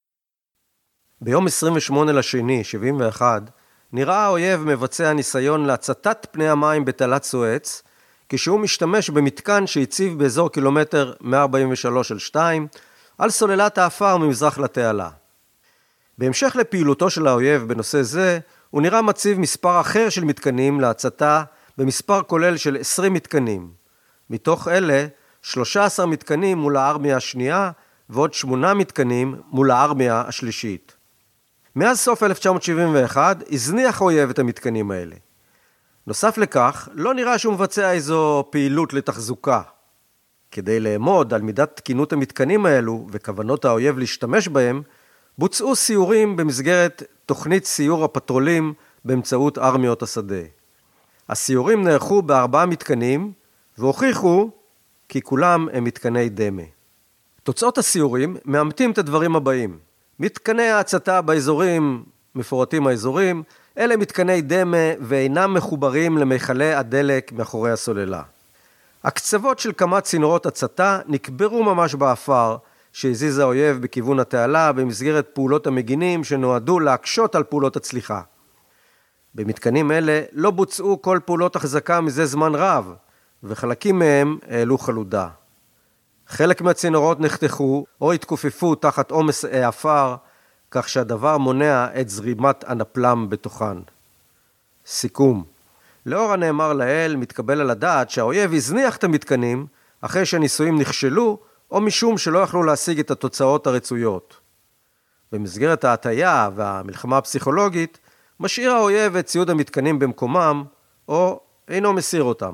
ביום 28/2/71, נראה האויב מבצע ניסיון להצתת פני המים בתעלת סואץ, כשהוא משתמש במתקן שהציב באזור קילומטר 143-2, על סוללת האפר ממזרח לתעלה. בהמשך לפעילותו של האויב בנושא זה, הוא נראה מציב מספר אחר של מתקנים להצתה במספר כולל של 20 מתקנים. מתוך אלה, 13 מתקנים מול הארמיה השנייה, ועוד 8 מתקנים מול הארמיה השלישית. מאז סוף 1971 הזניח האויב את המתקנים האלה. נוסף לכך, לא נראה שהוא מבצע איזו פעילות לתחזוקה. כדי לאמוד על מידת תקינות המתקנים האלו וכוונות האויב להשתמש בהם, בוצעו סיורים במסגרת תוכנית סיור הפטרולים באמצעות ארמיות השדה. הסיורים נערכו ב4 מתקנים והוכיחו כי כולם הם מתקני דמה. תוצאות הסיורים מאמתים את הדברים הבאים. מתקני ההצתה באזורים, מפורטים האזורים, אלה מתקני דמה ואינם מחוברים למכלי הדלק מאחורי הסוללה. הקצוות של כמה צינורות הצתה נקברו ממש באפר שהזיז האויב בכיוון התעלה במסגרת פעולות המגינים שנועדו להקשות על פעולות הצליחה. במתקנים אלה לא בוצעו כל פעולות החזקה מזה זמן רב, וחלקים מהם העלו חלודה. חלק מהצינורות נחתכו או התכופפו תחת עומס האפר, כך שהדבר מונע את זרימת הנפלם בתוכן. סיכום. לאור הנאמר לעיל, מתקבל על הדעת שהאויב הזניח את המתקנים אחרי שהניסויים נכשלו, או משום שלא יכלו להשיג את התוצאות הרצויות. במסגרת ההטיה והמלחמה הפסיכולוגית, משאיר האויב את ציוד המתקנים במקומם, או אינו מסיר אותם.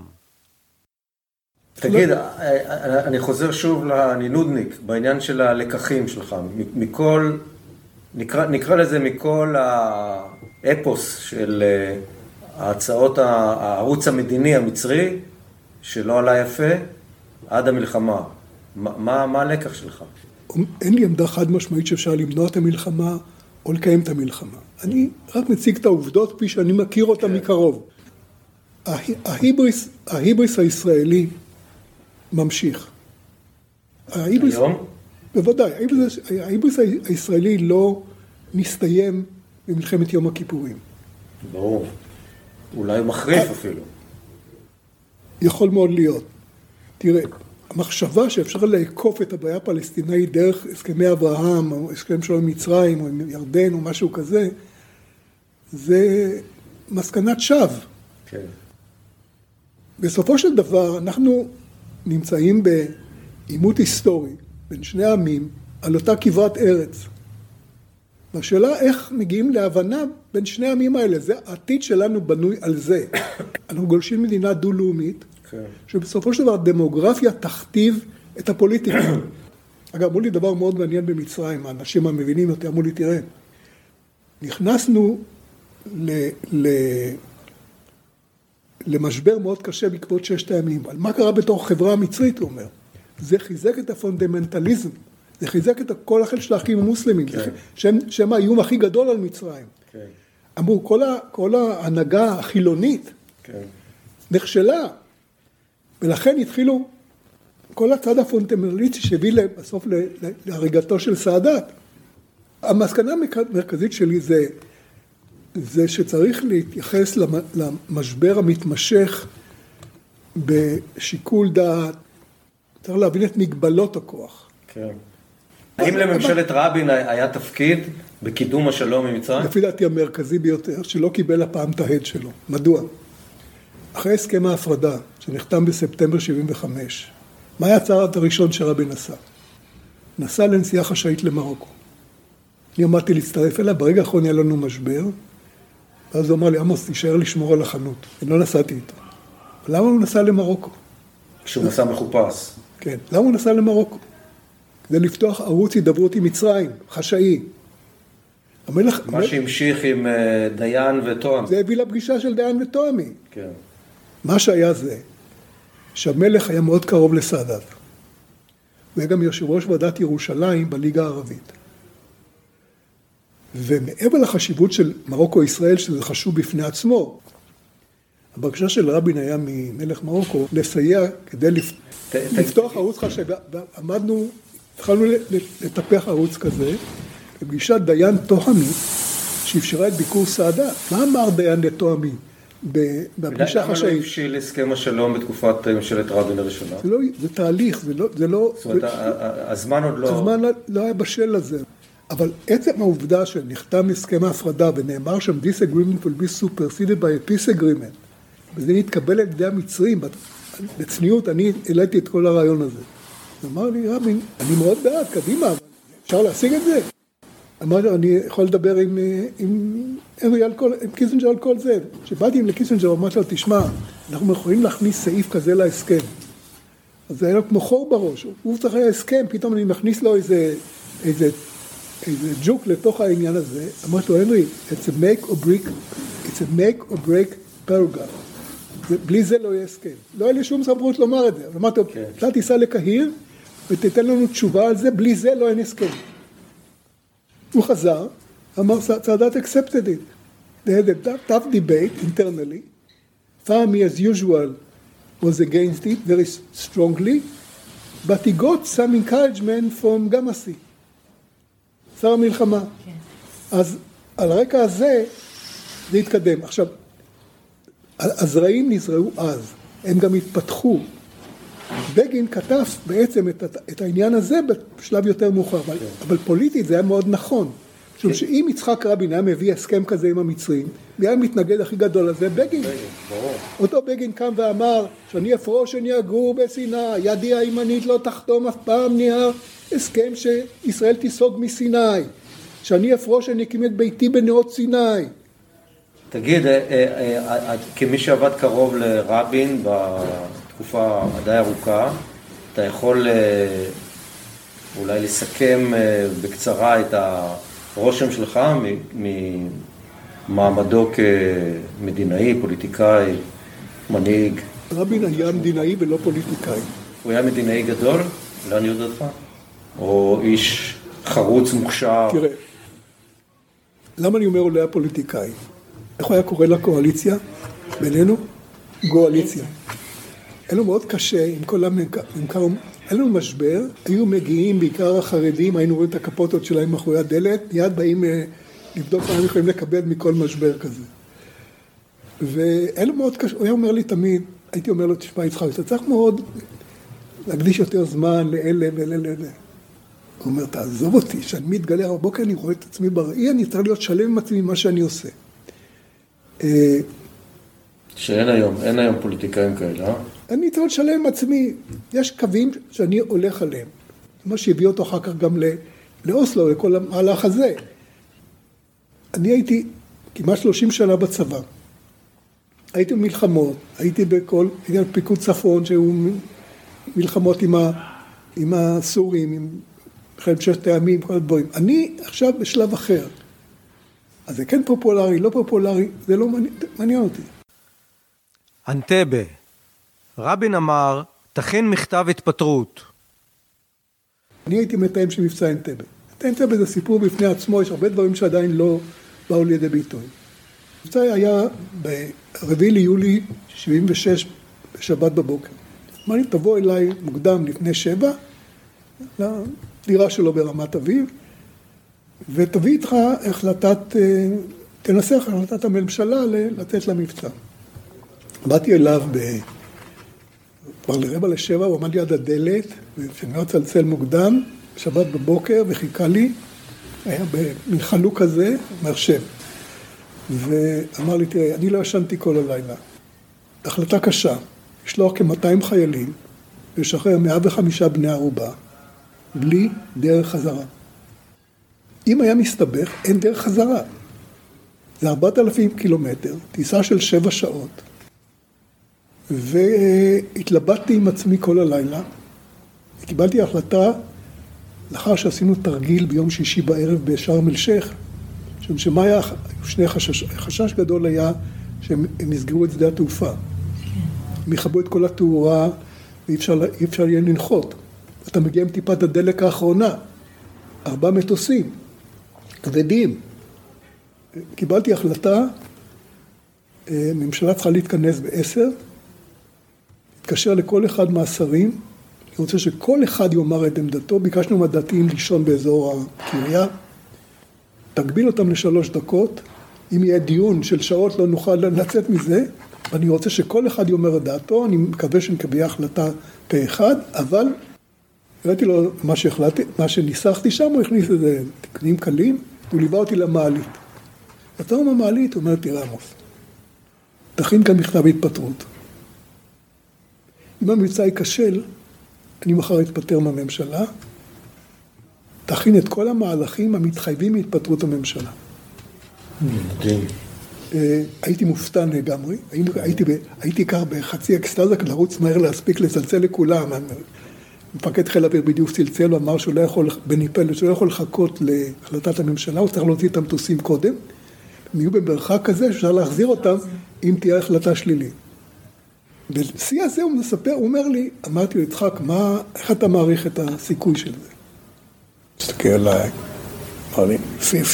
תגיד, אני חוזר שוב לנינודניק, בעניין של הלקחים שלך, מכל, נקרא לזה מכל האפוס של ההצעות, הערוץ המדיני המצרי, שלא עלה יפה, עד המלחמה. מה הלקח שלך? אין לי עמדה חד משמעית שאפשר למנוע את המלחמה, או לקיים את המלחמה. אני רק מציג את העובדות כפי שאני מכיר אותן מקרוב. ההיבריס הישראלי ממשיך. היום? בוודאי. ההיבריס הישראלי לא מסתיים במלחמת יום הכיפורים. ברור. אולי הוא מחריף אפילו. יכול מאוד להיות. תראה, המחשבה שאפשר לעקוף את הבעיה הפלסטינאית דרך הסכמי אברהם, או הסכם שלום עם מצרים, או עם ירדן, או משהו כזה, זה מסקנת שווא. כן. בסופו של דבר, אנחנו נמצאים בעימות היסטורי בין שני עמים על אותה כברת ארץ. והשאלה איך מגיעים להבנה בין שני העמים האלה, זה העתיד שלנו בנוי על זה. אנחנו גולשים מדינה דו-לאומית, שבסופו של דבר דמוגרפיה תכתיב את הפוליטיקה. אגב, אמרו לי דבר מאוד מעניין במצרים, האנשים המבינים יותר, אמרו לי, תראה, נכנסנו למשבר מאוד קשה בעקבות 6 הימים. על מה קרה בתור חברה המצרית, הוא אומר? זה חיזק את הפונדמנטליזם, זה חיזק את כל החל של האחים המוסלמים, שהם האיום הכי גדול על מצרים. אמרו, כל ההנהגה החילונית נכשלה, ולכן התחילו כל הצד הפונדמנטליסטי שהביא בסוף להריגתו של סאדאת. המסקנה המרכזית שלי זה שצריך להתייחס למשבר המתמשך בשיקול דעת, צריך להבין את מגבלות הכוח. כן. האם לממשלת רבין היה תפקיד בקידום השלום עם מצרים? לפי דעתי המרכזי ביותר, שלא קיבל הפעם את ההד שלו. מדוע? אחרי הסכם ההפרדה, שנחתם בספטמבר 75, מה היה הצעד הראשון שרבין עשה? נסע לנסיעה חשאית למרוקו. אני עמדתי להצטרף אליה, ברגע האחרון היה לנו משבר, ואז הוא אמר לי, עמוס, תישאר לשמור על החנות. אני לא נסעתי איתו. למה הוא נסע למרוקו? שהוא נסע מחופש. כן, למה הוא נסע למרוקו? כדי לפתוח ערוץ הידברות עם מצרים, חשאי. מה שהמשיך עם דיין וטועמי. זה הביא לפגישה של דיין וטועמי. כן. מה שהיה זה, שהמלך היה מאוד קרוב לסאדאת. הוא היה גם יושב ראש ועדת ירושלים בליגה הערבית. ומעבר לחשיבות של מרוקו-ישראל, שזה חשוב בפני עצמו, הבקשה של רבין היה ממלך מרוקו לסייע כדי לפתוח ערוץ חשב. ועמדנו, התחלנו לטפח ערוץ כזה, בפגישת דיין תוהמי, שאפשרה את ביקור סאדאת. מה אמר דיין לתוהמי בפגישה חשאית? למה לא הבשיל הסכם השלום בתקופת ממשלת רבין הראשונה? זה תהליך, זה לא... זאת אומרת, הזמן עוד לא... הזמן לא היה בשל לזה. אבל עצם העובדה שנחתם הסכם ההפרדה ונאמר שם This agreement will be superseded by a peace agreement, וזה נתקבל על ידי המצרים, בצניעות אני העליתי את כל הרעיון הזה. אמר לי רבין, אני מאוד בעד, קדימה, אבל אפשר להשיג את זה? אמרתי, אני יכול לדבר עם קיסינג'ר על כל זה. כשבאתי לקיסינג'ר, אמרתי לו, תשמע, אנחנו יכולים להכניס סעיף כזה להסכם. אז זה היה לו כמו חור בראש. הוא צריך היה הסכם, פתאום אני מכניס לו איזה ג'וק לתוך העניין הזה. אמרתי לו, הנרי, it's a make or break paragraph. בלי זה לא יהיה הסכם. לא היה לי שום סמכות לומר את זה. אמרתי לו, אתה תיסע לקהיר ותתן לנו תשובה על זה, בלי זה לא אין הסכם. הוא חזר, אמר, סאדאת accepted it. They had a tough debate internally. Fahmy, as usual, was against it very strongly, but he got some encouragement from גמאסי, שר המלחמה. אז על הרקע הזה, זה התקדם. עכשיו, הזרעים נזרעו אז, הם גם התפתחו. בגין כתב בעצם את העניין הזה בשלב יותר מאוחר, אבל פוליטית זה היה מאוד נכון. משום שאם יצחק רבין היה מביא הסכם כזה עם המצרים, היה מתנגד הכי גדול לזה, בגין. אותו בגין קם ואמר, שאני אפרוש שאני אגור בסיני, ידי הימנית לא תחתום אף פעם נהיה הסכם שישראל תיסוג מסיני, שאני אפרוש אני אקים את ביתי בנאות סיני. תגיד, כמי שעבד קרוב לרבין בתקופה די ארוכה, אתה יכול אולי לסכם בקצרה את הרושם שלך ממעמדו כמדינאי, פוליטיקאי, מנהיג? רבין היה מדינאי ולא פוליטיקאי. הוא היה מדינאי גדול, לעניות דעתך? או איש חרוץ מוכשר? תראה, למה אני אומר הוא לא היה פוליטיקאי? איך הוא היה קורא לקואליציה בינינו? גואליציה. היה לו מאוד קשה עם כל המנכר, היה לנו משבר, היו מגיעים בעיקר החרדים, היינו רואים את הקפוטות שלהם מאחורי הדלת, מיד באים לבדוק מה הם יכולים לקבל מכל משבר כזה. והיה לו מאוד קשה, הוא היה אומר לי תמיד, הייתי אומר לו, תשמע יצחק, אתה צריך מאוד להקדיש יותר זמן לאלה ולאלה. הוא אומר, תעזוב אותי, שאני מתגלה בבוקר, אני רואה את עצמי בראי, אני צריך להיות שלם עם עצמי מה שאני עושה. שאין היום פוליטיקאים כאלה, אה? אני צריך לשלם עם עצמי, יש קווים שאני הולך עליהם. זה מה שהביא אותו אחר כך גם לאוסלו, לכל המהלך הזה. אני הייתי כמעט 30 שנה בצבא. הייתי במלחמות, הייתי בפיקוד צפון, שהיו מלחמות עם הסורים, עם מלחמת ששת הימים, כל הדברים. אני עכשיו בשלב אחר. אז זה כן פופולרי, לא פופולרי, זה לא מעניין אותי. אנטבה. רבין אמר, תכין מכתב התפטרות. אני הייתי מתאם של מבצע אנטבה. אנטבה זה סיפור בפני עצמו, יש הרבה דברים שעדיין לא באו לידי ביטוי. מבצע היה ב-4 ליולי 76 בשבת בבוקר. אמר לי, תבוא אליי מוקדם לפני 7, לדירה שלו ברמת אביב, ותביא איתך תנסח החלטת הממשלה לתת למבצע. באתי אליו כבר ל6:45, הוא עמד לי עד הדלת, וכשאני לא צלצל מוקדם, שבת בבוקר, וחיכה לי, היה במין חלוק כזה, מרשם. ואמר לי, תראה, אני לא ישנתי כל הלילה. החלטה קשה, לשלוח כ200 חיילים, ולשחרר 105 בני ערובה, בלי דרך חזרה. אם היה מסתבך, אין דרך חזרה. זה 4,000 קילומטר, טיסה של 7 שעות. והתלבטתי עם עצמי כל הלילה, וקיבלתי החלטה, לאחר שעשינו תרגיל ביום שישי בערב בשארם אל-שייח, שמה היו שני חשש גדול היה שהם יסגרו את שדה התעופה. הם יכבו את כל התאורה, ואי אפשר יהיה לנחות. אתה מגיע עם טיפת הדלק האחרונה, 4 מטוסים, כבדים. קיבלתי החלטה, ממשלה צריכה להתכנס ב10, התקשר לכל אחד מהשרים, אני רוצה שכל אחד יאמר את עמדתו, ביקשנו מהדתיים לישון באזור הקריה, תגביל אותם ל3 דקות, אם יהיה דיון של שעות לא נוכל לצאת מזה, ואני רוצה שכל אחד יאמר את דעתו, אני מקווה שנקבל החלטה פה אחד, אבל הראיתי לו מה שניסחתי שם, הוא הכניס איזה תקנים קלים, הוא ליווה אותי למעלית. יצאנו מהמעלית, הוא אומר, תראה עמוס, תכין כאן מכתב התפטרות. אם המבצע ייכשל, אני מחר אתפטר מהממשלה, תכין את כל המהלכים המתחייבים מהתפטרות הממשלה. הייתי מופתע לגמרי, הייתי כך בחצי אקסטאזה, לרוץ מהר להספיק לצלצל לכולם. מפקד חיל האוויר בדיוק צלצל, ואמר שהוא לא יכול, בני פלד, שהוא לא יכול לחכות להחלטת הממשלה, הוא צריך להוציא את המטוסים קודם, הם יהיו במרחק כזה, שאפשר להחזיר אותם אם תהיה החלטה שלילית. בשיא הזה הוא מספר, הוא אומר לי, אמרתי לו, יצחק, איך אתה מעריך את הסיכוי של זה? תסתכל עליי, אמר לי,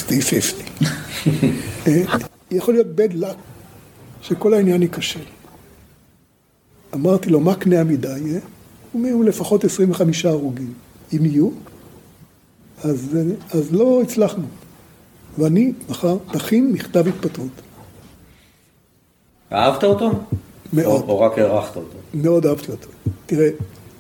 50-50. יכול להיות bad luck, שכל העניין ייכשל. אמרתי לו, מה קנה המידה יהיה? הוא אומר, לפחות 25 הרוגים. אם יהיו, אז לא הצלחנו. ואני מחר תכין מכתב התפטרות. אהבת אותו? מאוד. או רק הערכת אותו? מאוד אהבתי אותו. תראה,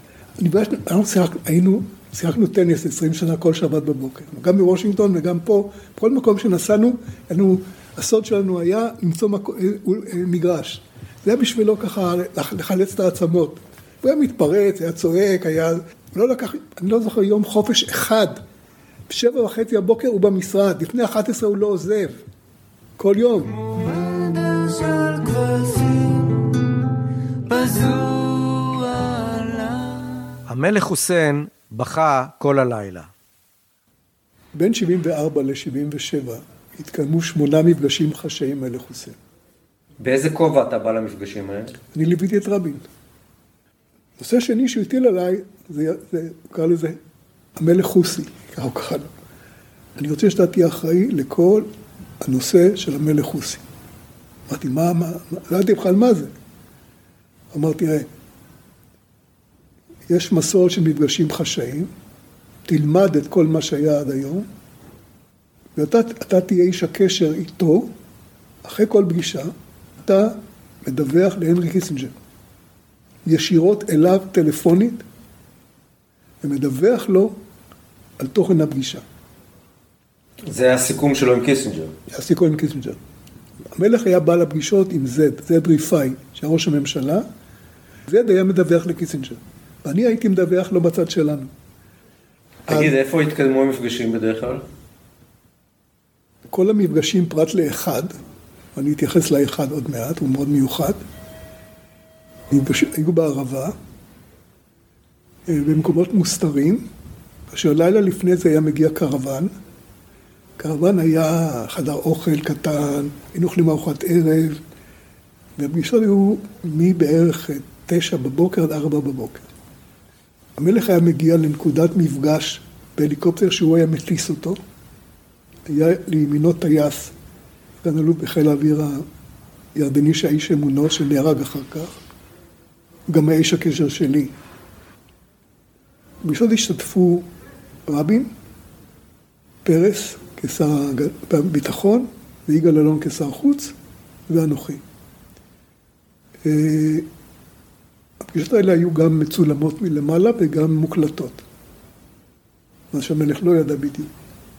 שיחקנו טניס 20 שנה כל שבת בבוקר. גם בוושינגטון וגם פה, בכל מקום שנסענו, הסוד שלנו היה למצוא מגרש. זה היה בשבילו ככה לחלץ את העצמות. הוא היה מתפרץ, היה צועק, אני לא זוכר יום חופש אחד. ב7:30 הבוקר הוא במשרד, לפני 11 הוא לא עוזב. כל יום. המלך חוסיין בכה כל הלילה. בין 74 ל-77 התקיימו 8 מפגשים חשאיים מלך חוסיין. באיזה כובע אתה בא למפגשים האלה? אני ליוויתי את רבין. נושא שני שהוא הטיל עליי, זה קרא לזה המלך חוסי, ככה הוא קרא לו. אני רוצה שאתה תהיה אחראי לכל הנושא של המלך חוסי. אמרתי, לא ידעתי בכלל מה זה. אמרתי, תראה, יש מסורת של מפגשים חשאיים, תלמד את כל מה שהיה עד היום, ואתה תהיה איש הקשר איתו, אחרי כל פגישה, אתה מדווח להנרי קיסינג'ר. ישירות אליו טלפונית, ומדווח לו על תוכן הפגישה. זה היה הסיכום שלו עם קיסינג'ר. זה הסיכום עם קיסינג'ר. המלך היה בא לפגישות עם זד ריפאי, שהיה ראש הממשלה, זד היה מדווח לקיסינג'ר. ואני הייתי מדווח לו בצד שלנו. תגיד, איפה התקדמו המפגשים בדרך כלל? כל המפגשים פרט לאחד, ואני אתייחס לאחד עוד מעט, הוא מאוד מיוחד, היו בערבה, במקומות מוסתרים, כאשר לילה לפני זה היה מגיע קרוון, קרוון היה חדר אוכל קטן, היינו אוכלים ארוחת ערב, והפגישות היו מבערך 9 בבוקר עד 4 בבוקר. המלך היה מגיע לנקודת מפגש בהליקופטר שהוא היה מטיס אותו, היה לימינו טייס, סגן אלוף בחיל האוויר הירדני שהאיש אמונו שנהרג אחר כך, גם האיש הקשר שלי. בפגישות השתתפו רבין, פרס כשר הביטחון, ויגאל אלון כשר חוץ, ואנוכי. הפגישות האלה היו גם מצולמות מלמעלה וגם מוקלטות. מה שהמלך לא ידע בדיוק.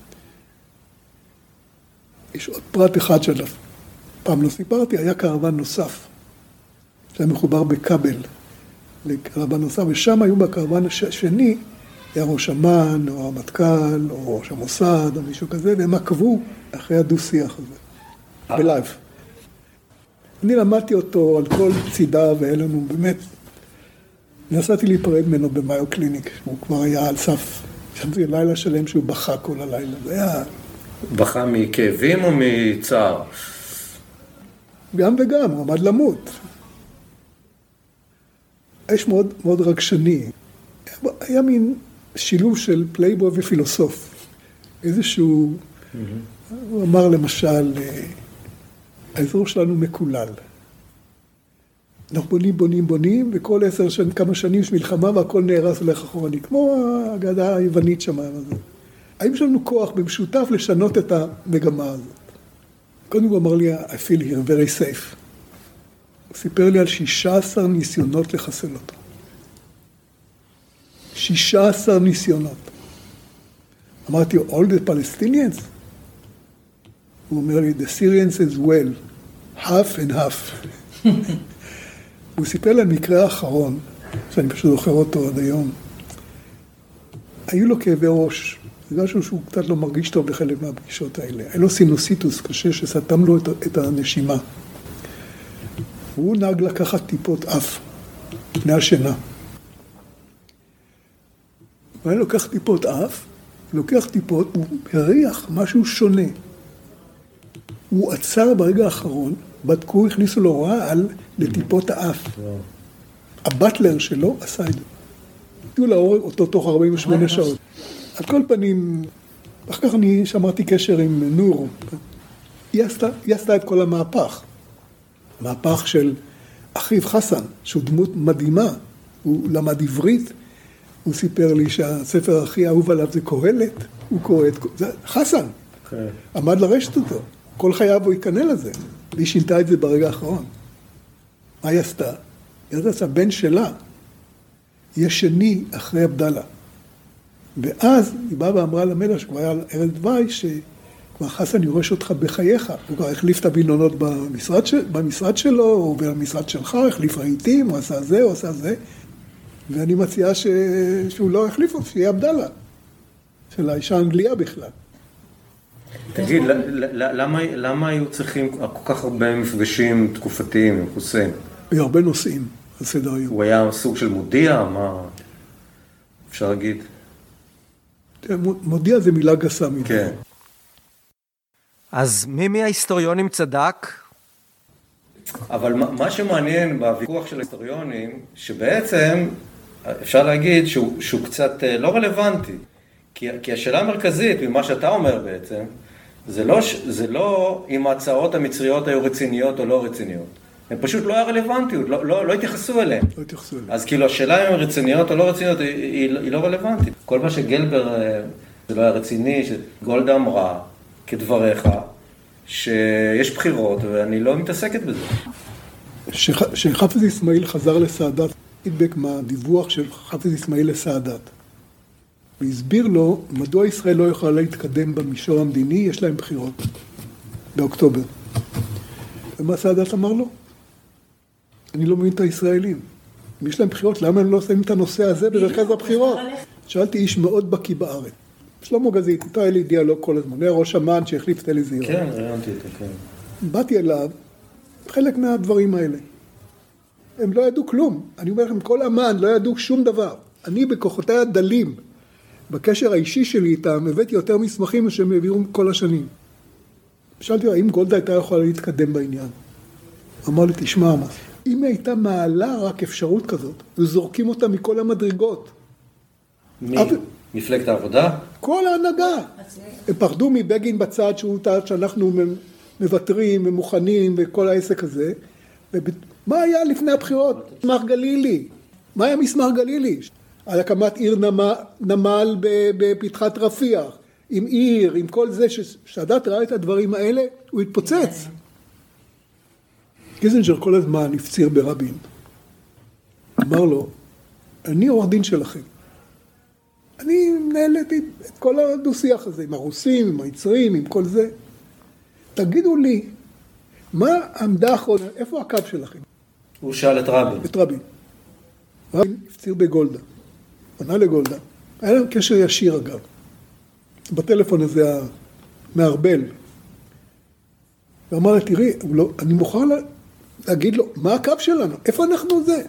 יש עוד פרט אחד שלו. פעם לא סיפרתי, היה קרוון נוסף. שהיה מחובר בכבל לקרוון נוסף, ושם היו בקרוון השני, היה ראש אמ"ן, או המטכ"ל, או ראש המוסד, או מישהו כזה, והם עקבו אחרי הדו-שיח הזה. בלייב. אני למדתי אותו על כל צידה, והיה לנו באמת, נסעתי להיפרד ממנו במיו קליניק, הוא כבר היה על סף, שם זה לילה שלם שהוא בכה כל הלילה, זה היה... בכה מכאבים או מצער? גם וגם, הוא עמד למות. האיש מאוד, מאוד רגשני. היה מין שילוב של פלייבוי ופילוסוף. איזשהו, הוא אמר למשל, האזור שלנו מקולל. אנחנו בונים, וכל 10 שנים, כמה שנים יש מלחמה, והכל נהרס הולך אחורני, כמו האגדה היוונית שם. האם יש לנו כוח במשותף לשנות את המגמה הזאת? קודם הוא אמר לי, I feel here very safe. הוא סיפר לי על 16 ניסיונות לחסל אותו. 16 ניסיונות. אמרתי, all the Palestinians? הוא אומר לי, the Syrians as well, half and half. הוא סיפר לי על מקרה האחרון, שאני פשוט זוכר אותו עד היום. היו לו כאבי ראש. זה משהו שהוא קצת לא מרגיש טוב בחלק מהפגישות האלה. היה לו סינוסיטוס קשה שסתם לו את הנשימה. הוא נהג לקחת טיפות אף, לפני השינה. הוא היה לוקח טיפות אף, לוקח טיפות, הוא הריח משהו שונה. הוא עצר ברגע האחרון, בדקו, הכניסו לו רעל לטיפות האף. הבטלר שלו עשה את זה. הגיעו להורג אותו תוך 48 שעות. על כל פנים, אחר כך אני שמרתי קשר עם נור. היא עשתה את כל המהפך. המהפך של אחיו חסן, שהוא דמות מדהימה. הוא למד עברית. הוא סיפר לי שהספר הכי אהוב עליו זה קהלת. הוא קורא את זה. חסן. עמד לרשת אותו. כל חייו הוא יקנה לזה. והיא שינתה את זה ברגע האחרון. מה היא עשתה? היא עשתה בן שלה. יש שני אחרי עבדאללה. ואז היא באה ואמרה למלך שכבר היה ארץ דווי, שכבר חסן יורש אותך בחייך. הוא כבר החליף את הבינונות במשרד שלו, או במשרד שלך, החליף רהיטים, הוא עשה זה, הוא עשה זה. ואני מציעה שהוא לא החליף אותו, שיהיה עבדאללה. של האישה האנגליה בכלל. תגיד, למה היו צריכים כל כך הרבה מפגשים תקופתיים עם חוסיין? היו הרבה נושאים על סדר היום. הוא היה סוג של מודיע? מה אפשר להגיד? מודיע זה מילה גסה מדי. כן. אז מי ההיסטוריונים צדק? אבל מה שמעניין בוויכוח של ההיסטוריונים, שבעצם אפשר להגיד שהוא קצת לא רלוונטי. כי השאלה המרכזית, ממה שאתה אומר בעצם, זה לא אם ההצעות המצריות היו רציניות או לא רציניות. הן פשוט לא היה רלוונטיות, לא התייחסו אליהן. לא התייחסו אליהן. אז כאילו השאלה אם הן רציניות או לא רציניות היא לא רלוונטית. כל מה שגלבר זה לא היה רציני, שגולדה אמרה כדבריך, שיש בחירות ואני לא מתעסקת בזה. שחאפז אסמאעיל חזר לסאדאת, פידבק מהדיווח של חאפז אסמאעיל לסאדאת. והסביר לו מדוע ישראל לא יכולה להתקדם במישור המדיני, יש להם בחירות באוקטובר. ומה סאדאת אמר לו? אני לא מבין את הישראלים. אם יש להם בחירות, למה הם לא שמים את הנושא הזה במרכז הבחירות? שאלתי איש מאוד בקי בארץ. שלמה גזית, איתו היה לי דיאלוג כל הזמן. היה ראש אמ"ן שהחליף את אלי זירא. כן, ראיינתי אותו, כן. באתי אליו, חלק מהדברים האלה. הם לא ידעו כלום. אני אומר לכם, כל אמ"ן לא ידעו שום דבר. אני בכוחותיי הדלים, בקשר האישי שלי איתם, הבאתי יותר מסמכים שהם העבירו כל השנים. שאלתי לו, האם גולדה הייתה יכולה להתקדם בעניין? אמר לי, תשמע, אם הייתה מעלה רק אפשרות כזאת, וזורקים אותה מכל המדרגות. מפלגת העבודה? כל ההנהגה. הם פחדו מבגין בצד שהוא טען שאנחנו מבטרים ומוכנים וכל העסק הזה. מה היה לפני הבחירות? מסמך גלילי. מה היה מסמך גלילי? על הקמת עיר נמל בפתחת רפיח. עם עיר, עם כל זה, שסאדאת ראה את הדברים האלה, הוא התפוצץ. קיסינג'ר כל הזמן הפציר ברבין. אמר לו, אני עורך דין שלכם. אני מנהלתי את כל הדו-שיח הזה, עם הרוסים, עם היצרים, עם כל זה. תגידו לי, מה העמדה האחרונה, איפה הקו שלכם? הוא שאל את רבין. את רבין. רבין הפציר בגולדה. ענה לגולדה. היה להם קשר ישיר אגב. בטלפון הזה המערבל. ואמר לה, תראי, אני מוכר להגיד לו, מה הקו שלנו? איפה אנחנו זה?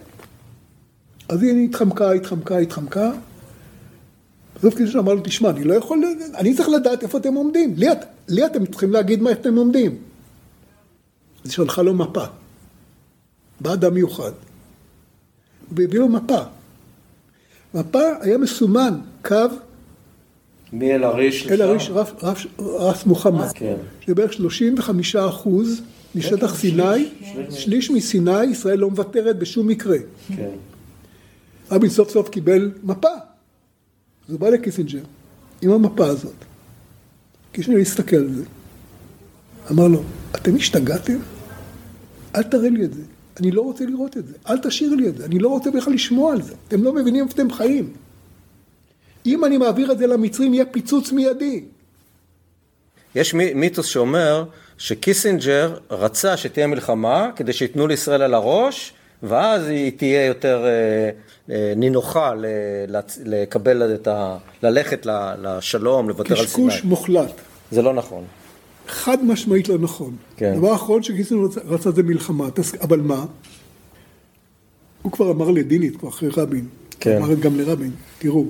אז היא התחמקה. בסוף קיסינג'ר אמר לו, תשמע, אני לא יכול, אני צריך לדעת איפה אתם עומדים. לי אתם צריכים להגיד מה אתם עומדים. אז שלחה לו מפה. בא אדם מיוחד. והביא לו מפה. מפה היה מסומן קו מאל עריש לשם? אל עריש רס מוחמד. כן. זה בערך 35% משטח סיני, שליש מסיני, ישראל לא מוותרת בשום מקרה. כן. רבין סוף סוף קיבל מפה. אז הוא בא לקיסינג'ר עם המפה הזאת. קיסינג'ר הסתכל על זה. אמר לו, אתם השתגעתם? אל תראה לי את זה. אני לא רוצה לראות את זה. אל תשאיר לי את זה. אני לא רוצה בכלל לשמוע על זה. אתם לא מבינים איפה אתם חיים. אם אני מעביר את זה למצרים, יהיה פיצוץ מיידי. יש מיתוס שאומר שקיסינג'ר רצה שתהיה מלחמה כדי שיתנו לישראל על הראש, ואז היא תהיה יותר נינוחה לקבל ללכת לשלום, לוותר על סיני. קשקוש מוחלט. זה לא נכון. חד משמעית לא נכון. כן. דבר האחרון שקיסינג'ר רצה זה מלחמה. אבל מה? הוא כבר אמר לדינית, כבר אחרי רבין. כן. אמר גם לרבין. תראו.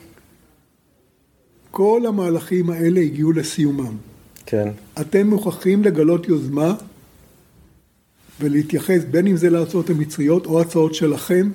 כל המהלכים האלה הגיעו לסיומם. כן. אתם מוכרחים לגלות יוזמה ולהתייחס בין אם זה להצעות המצריות או הצעות שלכם.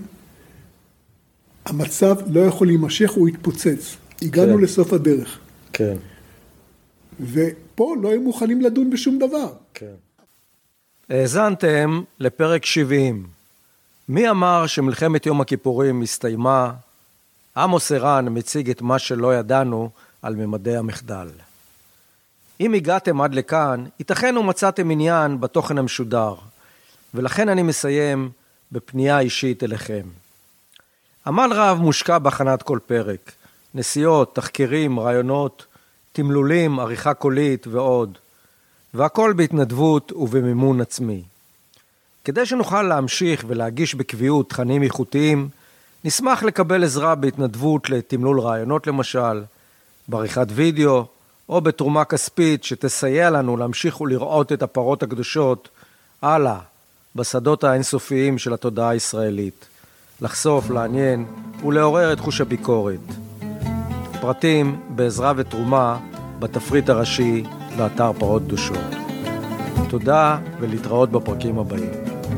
המצב לא יכול להימשך, הוא יתפוצץ. הגענו לסוף הדרך. כן. ופה לא היו מוכנים לדון בשום דבר. כן. האזנתם לפרק 70. מי אמר שמלחמת יום הכיפורים הסתיימה? עמוס ערן מציג את מה שלא ידענו על ממדי המחדל. אם הגעתם עד לכאן, ייתכן ומצאתם עניין בתוכן המשודר, ולכן אני מסיים בפנייה אישית אליכם. עמל רב מושקע בהכנת כל פרק, נסיעות, תחקירים, רעיונות, תמלולים, עריכה קולית ועוד, והכל בהתנדבות ובמימון עצמי. כדי שנוכל להמשיך ולהגיש בקביעות תכנים איכותיים, נשמח לקבל עזרה בהתנדבות לתמלול רעיונות למשל, בעריכת וידאו, או בתרומה כספית שתסייע לנו להמשיך ולראות את הפרות הקדושות הלאה, בשדות האינסופיים של התודעה הישראלית, לחשוף, לעניין ולעורר את חוש הביקורת. פרטים בעזרה ותרומה בתפריט הראשי באתר פרות קדושות. תודה ולהתראות בפרקים הבאים.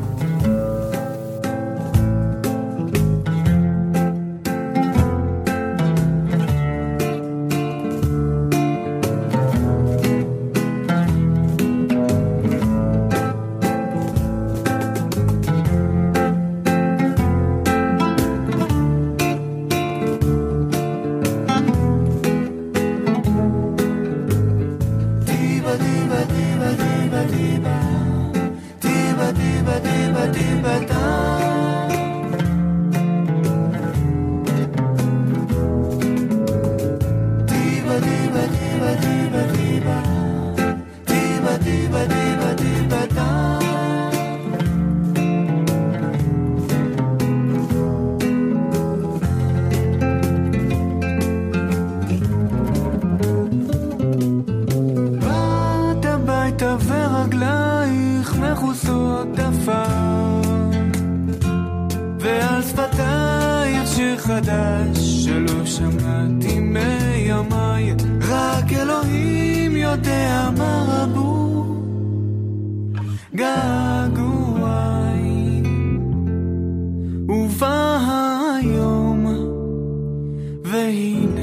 ורגלייך מכוסות עפר, ועל שפתייך שיר חדש שלא שמעתי מימיי, רק אלוהים יודע מה רבו געגועי. ובא היום והנה